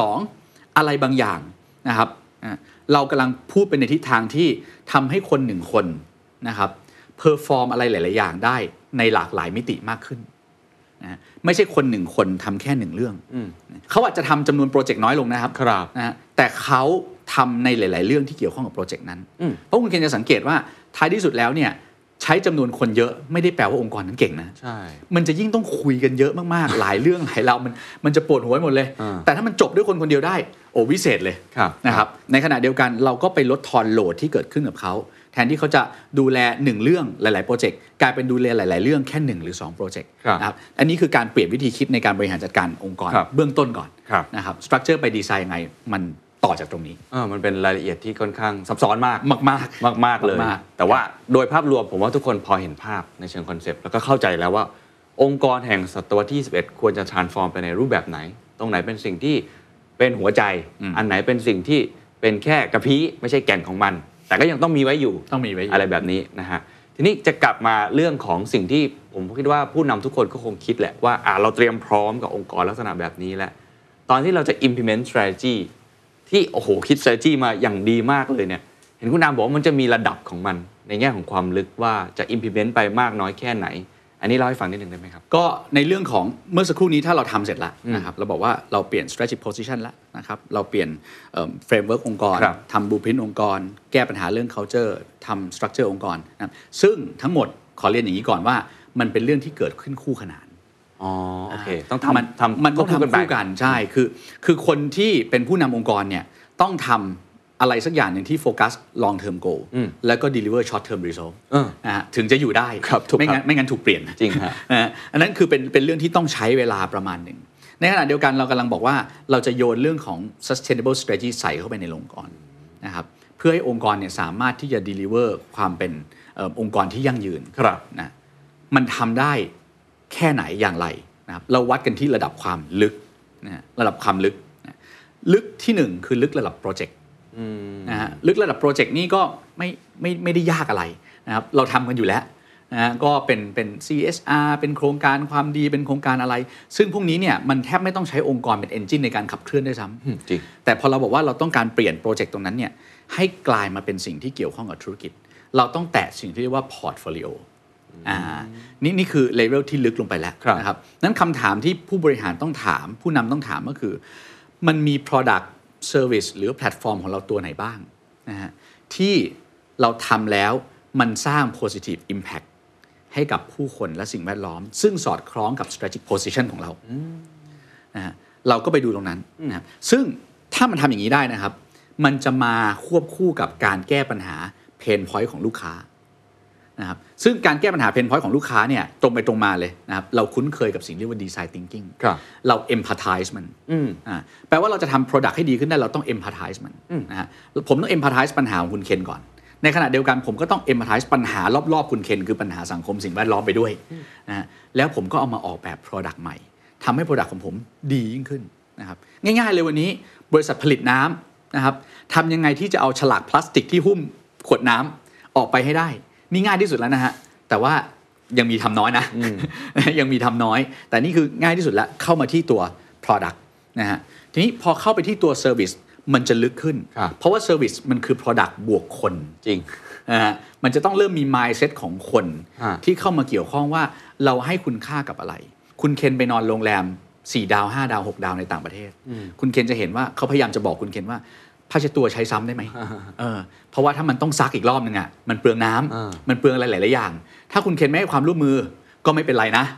2อะไรบางอย่างนะครับเรากำลังพูดไปในทิศทางที่ทำให้คน1คนนะครับเพอร์ฟอร์มอะไรหลายๆอย่างได้ในหลากหลายมิติมากขึ้นนะไม่ใช่คน1คนทำแค่1เรื่องเขาอาจจะทำจำนวนโปรเจกต์น้อยลงนะครับนะแต่เขาทำในหลายๆเรื่องที่เกี่ยวข้องกับโปรเจกต์นั้นเพราะคุณเคนจะสังเกตว่าท้ายที่สุดแล้วเนี่ยใช้จำนวนคนเยอะไม่ได้แปลว่าองค์กรนั้นเก่งนะใช่มันจะยิ่งต้องคุยกันเยอะมากๆหลายเรื่องหลายเรามันจะปวดหัวหมดเลยแต่ถ้ามันจบด้วยคนคนเดียวได้โอ้วิเศษเลยนะครับในขณะเดียวกันเราก็ไปลดทอนโหลดที่เกิดขึ้นกับเขาแทนที่เขาจะดูแล1เรื่องหลายๆโปรเจกต์กลายเป็นดูแลหลายๆเรื่องแค่1หรือ2โปรเจกต์นะครับอันนี้คือการเปลี่ยนวิธีคิดในการบริหารจัดการองค์กรเบื้องต้นก่อนนะครับสตรัคเจอร์ไปดีไซน์ยังไงมันต่อจากตรงนี้มันเป็นรายละเอียดที่ค่อนข้างซับซ้อนมากมากเลยแต่ว่าโดยภาพรวมผมว่าทุกคนพอเห็นภาพในเชิงคอนเซปต์แล้วก็เข้าใจแล้วว่าองค์กรแห่งศตวรรษที่21ควรจะ transform ไปในรูปแบบไหนตรงไหนเป็นสิ่งที่เป็นหัวใจอันไหนเป็นสิ่งที่เป็นแค่กระพี้ไม่ใช่แก่นของมันแต่ก็ยังต้องมีไว้อยู่อะไรแบบนี้นะฮะทีนี้จะกลับมาเรื่องของสิ่งที่ผมคิดว่าผู้นำทุกคนก็คงคิดแหละว่าเราเตรียมพร้อมกับองค์กรลักษณะแบบนี้แล้วตอนที่เราจะ implement strategy ที่โอ้โหคิด strategy มาอย่างดีมากเลยเนี่ยเห็นคุณนามบอกว่ามันจะมีระดับของมันในแง่ของความลึกว่าจะ implement ไปมากน้อยแค่ไหนอันนี้เล่าให้ฟังนิดนึงได้ไหมครับก็ในเรื่องของเมื่อสักครู่นี้ถ้าเราทำเสร็จแล้วนะครับเราบอกว่าเราเปลี่ยน strategic position แล้วนะครับเราเปลี่ยนframework องค์กรทำ blueprint องค์กรแก้ปัญหาเรื่อง culture ทำ structure องค์กรนะซึ่งทั้งหมดขอเรียนอย่างนี้ก่อนว่ามันเป็นเรื่องที่เกิดขึ้นคู่ขนานโอเคต้องมันต้องทำคู่กันใช่คือคนที่เป็นผู้นำองค์กรเนี่ยต้องทำอะไรสักอย่างหนึ่งที่โฟกัส long term goal แล้วก็ deliver short term result นะฮะถึงจะอยู่ได้ไม่งั้นถูกเปลี่ยนจริงฮะอันนั้นคือเป็นเรื่องที่ต้องใช้เวลาประมาณหนึ่งในขณะเดียวกันเรากำลังบอกว่าเราจะโยนเรื่องของ sustainable strategy ใส่เข้าไปในองค์กรนะครับเพื่อให้องค์กรเนี่ยสามารถที่จะ deliver ความเป็นองค์กรที่ยั่งยืนนะมันทำได้แค่ไหนอย่างไรนะครับเราวัดกันที่ระดับความลึกนะระดับความลึกลึกที่1คือลึกระดับโปรเจกต์นะฮะลึกระดับโปรเจกต์นี่ก็ไม่ได้ยากอะไรนะครับเราทำกันอยู่แล้วนะฮะก็เป็น CSR เป็นโครงการความดีเป็นโครงการอะไรซึ่งพวกนี้เนี่ยมันแทบไม่ต้องใช้องค์กรเป็นเอนจินในการขับเคลื่อนด้วยซ้ำจริงแต่พอเราบอกว่าเราต้องการเปลี่ยนโปรเจกต์ตรงนั้นเนี่ยให้กลายมาเป็นสิ่งที่เกี่ยวข้องกับธุรกิจเราต้องแตะสิ่งที่เรียกว่าพอร์ตโฟลิโอนี่คือเลเวลที่ลึกลงไปแล้วนะครับนั้นคำถามที่ผู้บริหารต้องถามผู้นำต้องถามก็คือมันมี product service หรือแพลตฟอร์มของเราตัวไหนบ้างนะฮะที่เราทำแล้วมันสร้าง positive impact ให้กับผู้คนและสิ่งแวดล้อมซึ่งสอดคล้องกับ strategic position ของเรานะฮะเราก็ไปดูตรงนั้นนะครับซึ่งถ้ามันทำอย่างนี้ได้นะครับมันจะมาควบคู่กับการแก้ปัญหา pain point ของลูกค้านะครับซึ่งการแก้ปัญหา pain point ของลูกค้าเนี่ยตรงไปตรงมาเลยนะครับเราคุ้นเคยกับสิ่งที่เรียกว่า design thinking เรา empathize มันแปลว่าเราจะทำ product ให้ดีขึ้นได้เราต้อง empathize มันนะฮะผมต้อง empathize ปัญหาของคุณเคนก่อนในขณะเดียวกันผมก็ต้อง empathize ปัญหารอบๆคุณเคนคือปัญหาสังคมสิ่งแวดล้อมไปด้วยนะฮะแล้วผมก็เอามาออกแบบ product ใหม่ทำให้ product ของผมดียิ่งขึ้นนะครับง่ายๆเลยวันนี้บริษัทผลิตน้ำนะครับทำยังไงที่จะเอาฉลากพลาสติกที่หุ้มขวดน้ำออกไปให้ได้นี่ง่ายที่สุดแล้วนะฮะแต่ว่ายังมีทำน้อยนะ ยังมีทำน้อยแต่นี่คือง่ายที่สุดแล้วเข้ามาที่ตัว product นะฮะทีนี้พอเข้าไปที่ตัว service มันจะลึกขึ้นเพราะว่า service มันคือ product บวกคนจริงนะฮะมันจะต้องเริ่มมี mindset ของคนที่เข้ามาเกี่ยวข้องว่าเราให้คุณค่ากับอะไรคุณเคนไปนอนโรงแรม4 ดาว 5 ดาว 6 ดาวในต่างประเทศคุณเคนจะเห็นว่าเขาพยายามจะบอกคุณเคนว่าผ้าเช็ดตัวใช้ซ้ำได้ไหมเพราะว่าถ้ามันต้องซักอีกรอบนึงอ่ะมันเปลืองน้ำมันเปลืองอะไรหลายๆอย่างถ้าคุณเคนไม่ให้ความร่วมมือก็ไม่เป็นไรนะ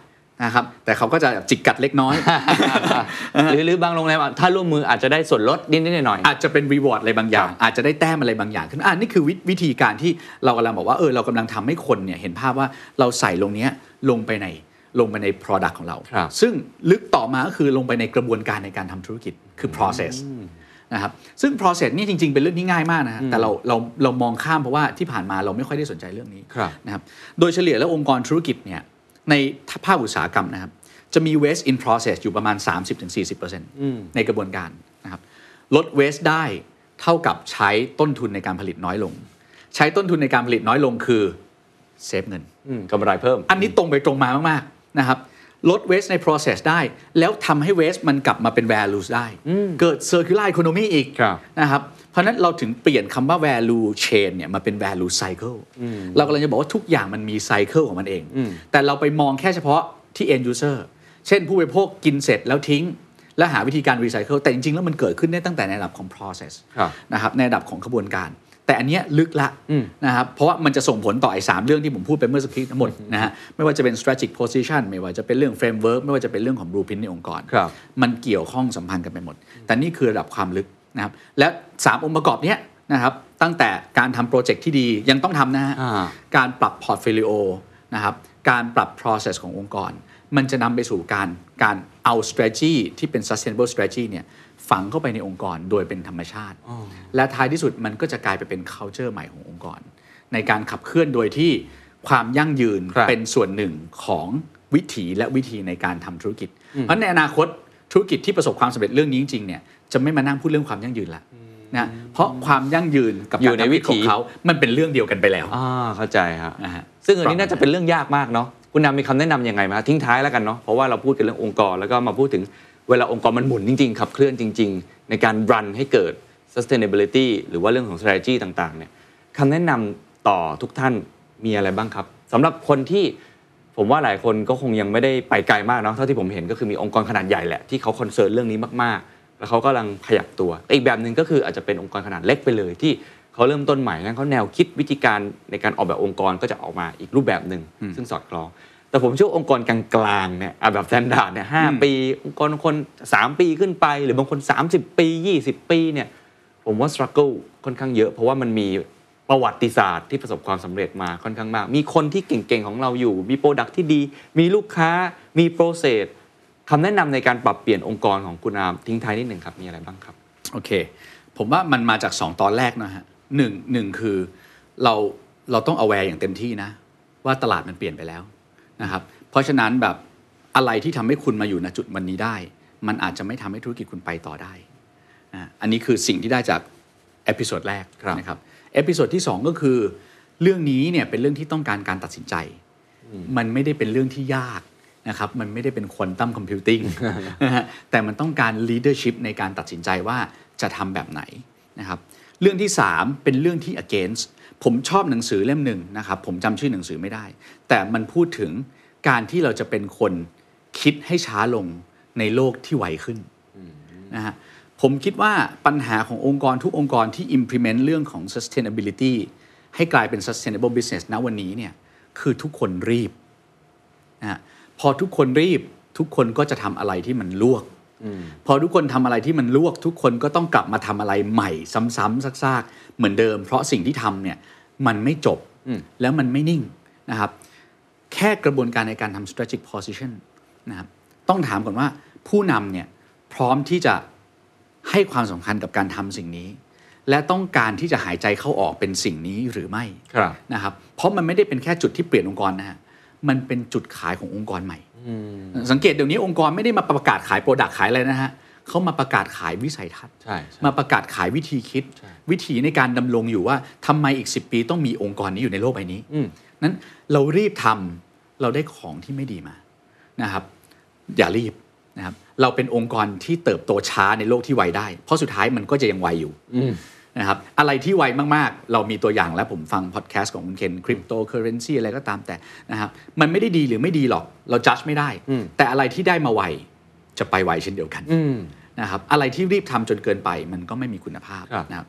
นะครับแต่เขาก็จะจิกกัดเล็กน้อยหรือบางโรงแรมถ้าร่วมมืออาจจะได้ส่วนลดนิดๆหน่อยๆอาจจะเป็นรีวอร์ดอะไรบางอย่างอาจจะได้แต้มอะไรบางอย่างขึ้นนี่คือวิธีการที่เรากำลังบอกว่าเรากำลังทำให้คนเนี่ยเห็นภาพว่าเราใส่ลงไปใน product ของเราซึ่งลึกต่อมาก็คือลงไปในกระบวนการในการทำธุรกิจคือ process นะครับซึ่ง process นี่จริงๆเป็นเรื่องที่ง่ายมากนะแต่เรามองข้ามเพราะว่าที่ผ่านมาเราไม่ค่อยได้สนใจเรื่องนี้นะครับโดยเฉลี่ยแล้วองค์กรธุรกิจเนี่ยในภาคอุตสาหกรรมนะครับจะมี waste in process อยู่ประมาณ 30-40% ในกระบวนการนะครับลด waste ได้เท่ากับใช้ต้นทุนในการผลิตน้อยลงใช้ต้นทุนในการผลิตน้อยลงคือเซฟเงินกำไรเพิ่มอันนี้ตรงไปตรงมามากๆนะครับลด waste ใน process ได้แล้วทำให้ waste มันกลับมาเป็น values ได้เกิด circular economy อีกนะครับเพราะนั้นเราถึงเปลี่ยนคำว่า value chain เนี่ยมาเป็น value cycle เรากำลังจะบอกว่าทุกอย่างมันมี cycle ของมันเองแต่เราไปมองแค่เฉพาะที่ end user เช่นผู้บริโภคกินเสร็จแล้วทิ้งและหาวิธีการ recycle แต่จริงๆแล้วมันเกิดขึ้นได้ตั้งแต่ในระดับของ process นะครับในระดับของกระบวนการแต่อันเนี้ยลึกละนะครับเพราะว่ามันจะส่งผลต่อไอ้3เรื่องที่ผมพูดไปเมื่อสักครู่ทั้งหมดนะฮะไม่ว่าจะเป็น strategic position ไม่ว่าจะเป็นเรื่อง framework ไม่ว่าจะเป็นเรื่องของ blueprint ในองค์กรมันเกี่ยวข้องสัมพันธ์กันไปหมดแต่นี่คือระดับความลึกนะครับและ3องค์ประกอบเนี้ยนะครับตั้งแต่การทำโปรเจกต์ที่ดียังต้องทำนะฮะการปรับ portfolio นะครับการปรับ process ขององค์กรมันจะนำไปสู่การเอา strategy ที่เป็น sustainable strategy เนี่ยฝังเข้าไปในองค์กรโดยเป็นธรรมชาติและท้ายที่สุดมันก็จะกลายไปเป็น culture ใหม่ขององค์กรในการขับเคลื่อนโดยที่ความยั่งยืนเป็นส่วนหนึ่งของวิถีและวิธีในการทำธุรกิจเพราะในอนาคตธุรกิจที่ประสบความสำเร็จเรื่องนี้จริงๆเนี่ยจะไม่มานั่งพูดเรื่องความยั่งยืนละนะเพราะความยั่งยืนกับการทำวิถีของเขามันเป็นเรื่องเดียวกันไปแล้วเข้าใจครับซึ่งอันนี้น่าจะเป็นเรื่องยากมากเนาะคุณนำมีคำแนะนำยังไงมาทิ้งท้ายแล้วกันเนาะเพราะว่าเราพูดกันเรื่ององค์กรแล้วก็มาพูดถึงเวลาองค์กรมันหมุนจริงๆขับเคลื่อนจริงๆในการรันให้เกิด sustainability หรือว่าเรื่องของ strategy ต่างๆเนี่ยคำแนะนำต่อทุกท่านมีอะไรบ้างครับสำหรับคนที่ผมว่าหลายคนก็คงยังไม่ได้ไปไกลมากเนาะเท่าที่ผมเห็นก็คือมีองค์กรขนาดใหญ่แหละที่เขาคอนเซิร์นเรื่องนี้มากๆแล้วเขากำลังขยับตัวอีกแบบนึงก็คืออาจจะเป็นองค์กรขนาดเล็กไปเลยที่เขาเริ่มต้นใหม่งั้นเขาแนวคิดวิธีการในการออกแบบองค์กรก็จะออกมาอีกรูปแบบนึงซึ่งสอดคล้องแต่ผมเชื่อองค์กรกลางๆเนี่ยแบบสแตนดาร์ดเนี่ย5 ปีองค์กรบางคน3 ปีขึ้นไปหรือบางคน30 ปี20 ปีเนี่ยผมว่า struggle ค่อนข้างเยอะเพราะว่ามันมีประวัติศาสตร์ที่ประสบความสำเร็จมาค่อนข้างมากมีคนที่เก่งๆของเราอยู่มี product ที่ดีมีลูกค้ามี process คำแนะนำในการปรับเปลี่ยนองค์กรของคุณอาร์มทิ้งท้ายนิดหนึ่งครับมีอะไรบ้างครับโอเคผมว่ามันมาจาก2ตอนแรกนะฮะหนึ่งคือเราต้อง aware อย่างเต็มที่นะว่าตลาดมันเปลี่ยนไปแล้วนะครับเพราะฉะนั้นแบบอะไรที่ทำให้คุณมาอยู่ณจุดวันนี้ได้มันอาจจะไม่ทำให้ธุรกิจคุณไปต่อได้อันนี้คือสิ่งที่ได้จากเอพิโซดแรกนะครับเอพิโซดที่2ก็คือเรื่องนี้เนี่ยเป็นเรื่องที่ต้องการการตัดสินใจมันไม่ได้เป็นเรื่องที่ยากนะครับมันไม่ได้เป็นควอนตัมคอมพิวติ้งนะฮะแต่มันต้องการ leadership ในการตัดสินใจว่าจะทำแบบไหนนะครับเรื่องที่3เป็นเรื่องที่ againstผมชอบหนังสือเล่มหนึ่งนะครับผมจำชื่อหนังสือไม่ได้แต่มันพูดถึงการที่เราจะเป็นคนคิดให้ช้าลงในโลกที่ไวขึ้นนะฮะผมคิดว่าปัญหาขององค์กรทุกองค์กรที่ implement เรื่องของ sustainability ให้กลายเป็น sustainable business ณวันนี้เนี่ยคือทุกคนรีบนะพอทุกคนรีบทุกคนก็จะทำอะไรที่มันลวกพอทุกคนทำอะไรที่มันลวกทุกคนก็ต้องกลับมาทำอะไรใหม่ซ้ำๆซากๆเหมือนเดิมเพราะสิ่งที่ทำเนี่ยมันไม่จบแล้วมันไม่นิ่งนะครับแค่กระบวนการในการทำ strategic position นะครับต้องถามก่อนว่าผู้นำเนี่ยพร้อมที่จะให้ความสำคัญกับการทำสิ่งนี้และต้องการที่จะหายใจเข้าออกเป็นสิ่งนี้หรือไม่นะครับเพราะมันไม่ได้เป็นแค่จุดที่เปลี่ยนองค์กรนะฮะมันเป็นจุดขายขององค์กรใหม่สังเกตเดี๋ยวนี้องค์กรไม่ได้มาประกาศขายโปรดักต์ขายอะไรนะฮะเขามาประกาศขายวิสัยทัศน์มาประกาศขายวิธีคิดวิธีในการดำรงอยู่ว่าทำไมอีก10 ปีต้องมีองค์กรนี้อยู่ในโลกใบนี้นั้นเรารีบทำเราได้ของที่ไม่ดีมานะครับอย่ารีบนะครับเราเป็นองค์กรที่เติบโตช้าในโลกที่ไวได้เพราะสุดท้ายมันก็จะยังไวอยู่นะครับอะไรที่ไวมากๆเรามีตัวอย่างแล้วผมฟังพอดแคสต์ของคุณเคนคริปโตเคอเรนซีอะไรก็ตามแต่นะครับมันไม่ได้ดีหรือไม่ดีหรอกเราจัดไม่ได้แต่อะไรที่ได้มาไวจะไปไวเช่นเดียวกันนะครับอะไรที่รีบทำจนเกินไปมันก็ไม่มีคุณภาพนะครับ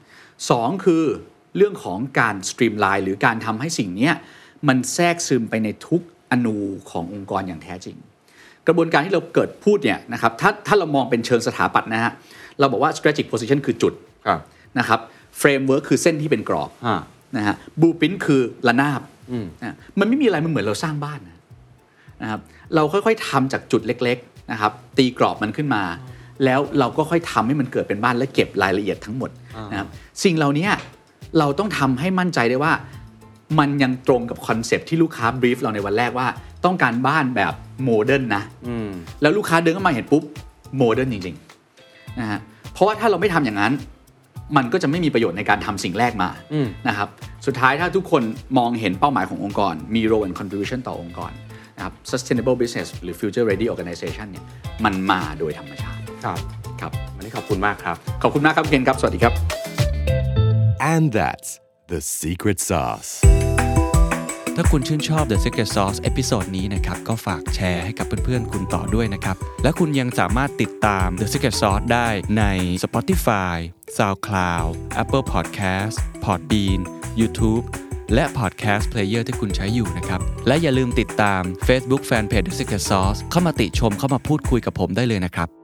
2คือเรื่องของการสตรีมไลน์หรือการทำให้สิ่งนี้มันแทรกซึมไปในทุกอนูขององค์กรอย่างแท้จริงกระบวนการที่เราเกิดพูดเนี่ยนะครับถ้าเรามองเป็นเชิงสถาปัตย์นะฮะเราบอกว่า strategic position คือจุดนะครับ framework คือเส้นที่เป็นกรอบนะฮะ blueprint คือระนาบนะมันไม่มีอะไรมันเหมือนเราสร้างบ้านนะครับเราค่อยๆทำจากจุดเล็กๆนะครับตีกรอบมันขึ้นมาแล้วเราก็ค่อยทำให้มันเกิดเป็นบ้านและเก็บรายละเอียดทั้งหมดนะครับสิ่งเหล่านี้เราต้องทำให้มั่นใจได้ว่ามันยังตรงกับคอนเซปต์ที่ลูกค้าบรีฟเราในวันแรกว่าต้องการบ้านแบบโมเดิร์นนะแล้วลูกค้าเดินเข้ามาเห็นปุ๊บโมเดิร์นจริงๆนะฮะเพราะว่าถ้าเราไม่ทำอย่างนั้นมันก็จะไม่มีประโยชน์ในการทำสิ่งแรกมานะครับสุดท้ายถ้าทุกคนมองเห็นเป้าหมายขององค์กรมี role and contribution ต่อองค์กรนะครับ sustainable business หรือ future ready organization เนี่ยมันมาโดยธรรมชาติครับวันนี้ขอบคุณมากครับขอบคุณมากครับเคนครับสวัสดีครับ And that's the secret sauce ถ้าคุณชื่นชอบ The Secret Sauce เอพิโซดนี้นะครับก็ฝากแชร์ให้กับเพื่อนๆคุณต่อด้วยนะครับและคุณยังสามารถติดตาม The Secret Sauce ได้ใน Spotify, SoundCloud, Apple Podcast, Podbean, YouTube และ Podcast Player ที่คุณใช้อยู่นะครับและอย่าลืมติดตาม Facebook Fanpage The Secret Sauce เข้ามาติชมเข้ามาพูดคุยกับผมได้เลยนะครับ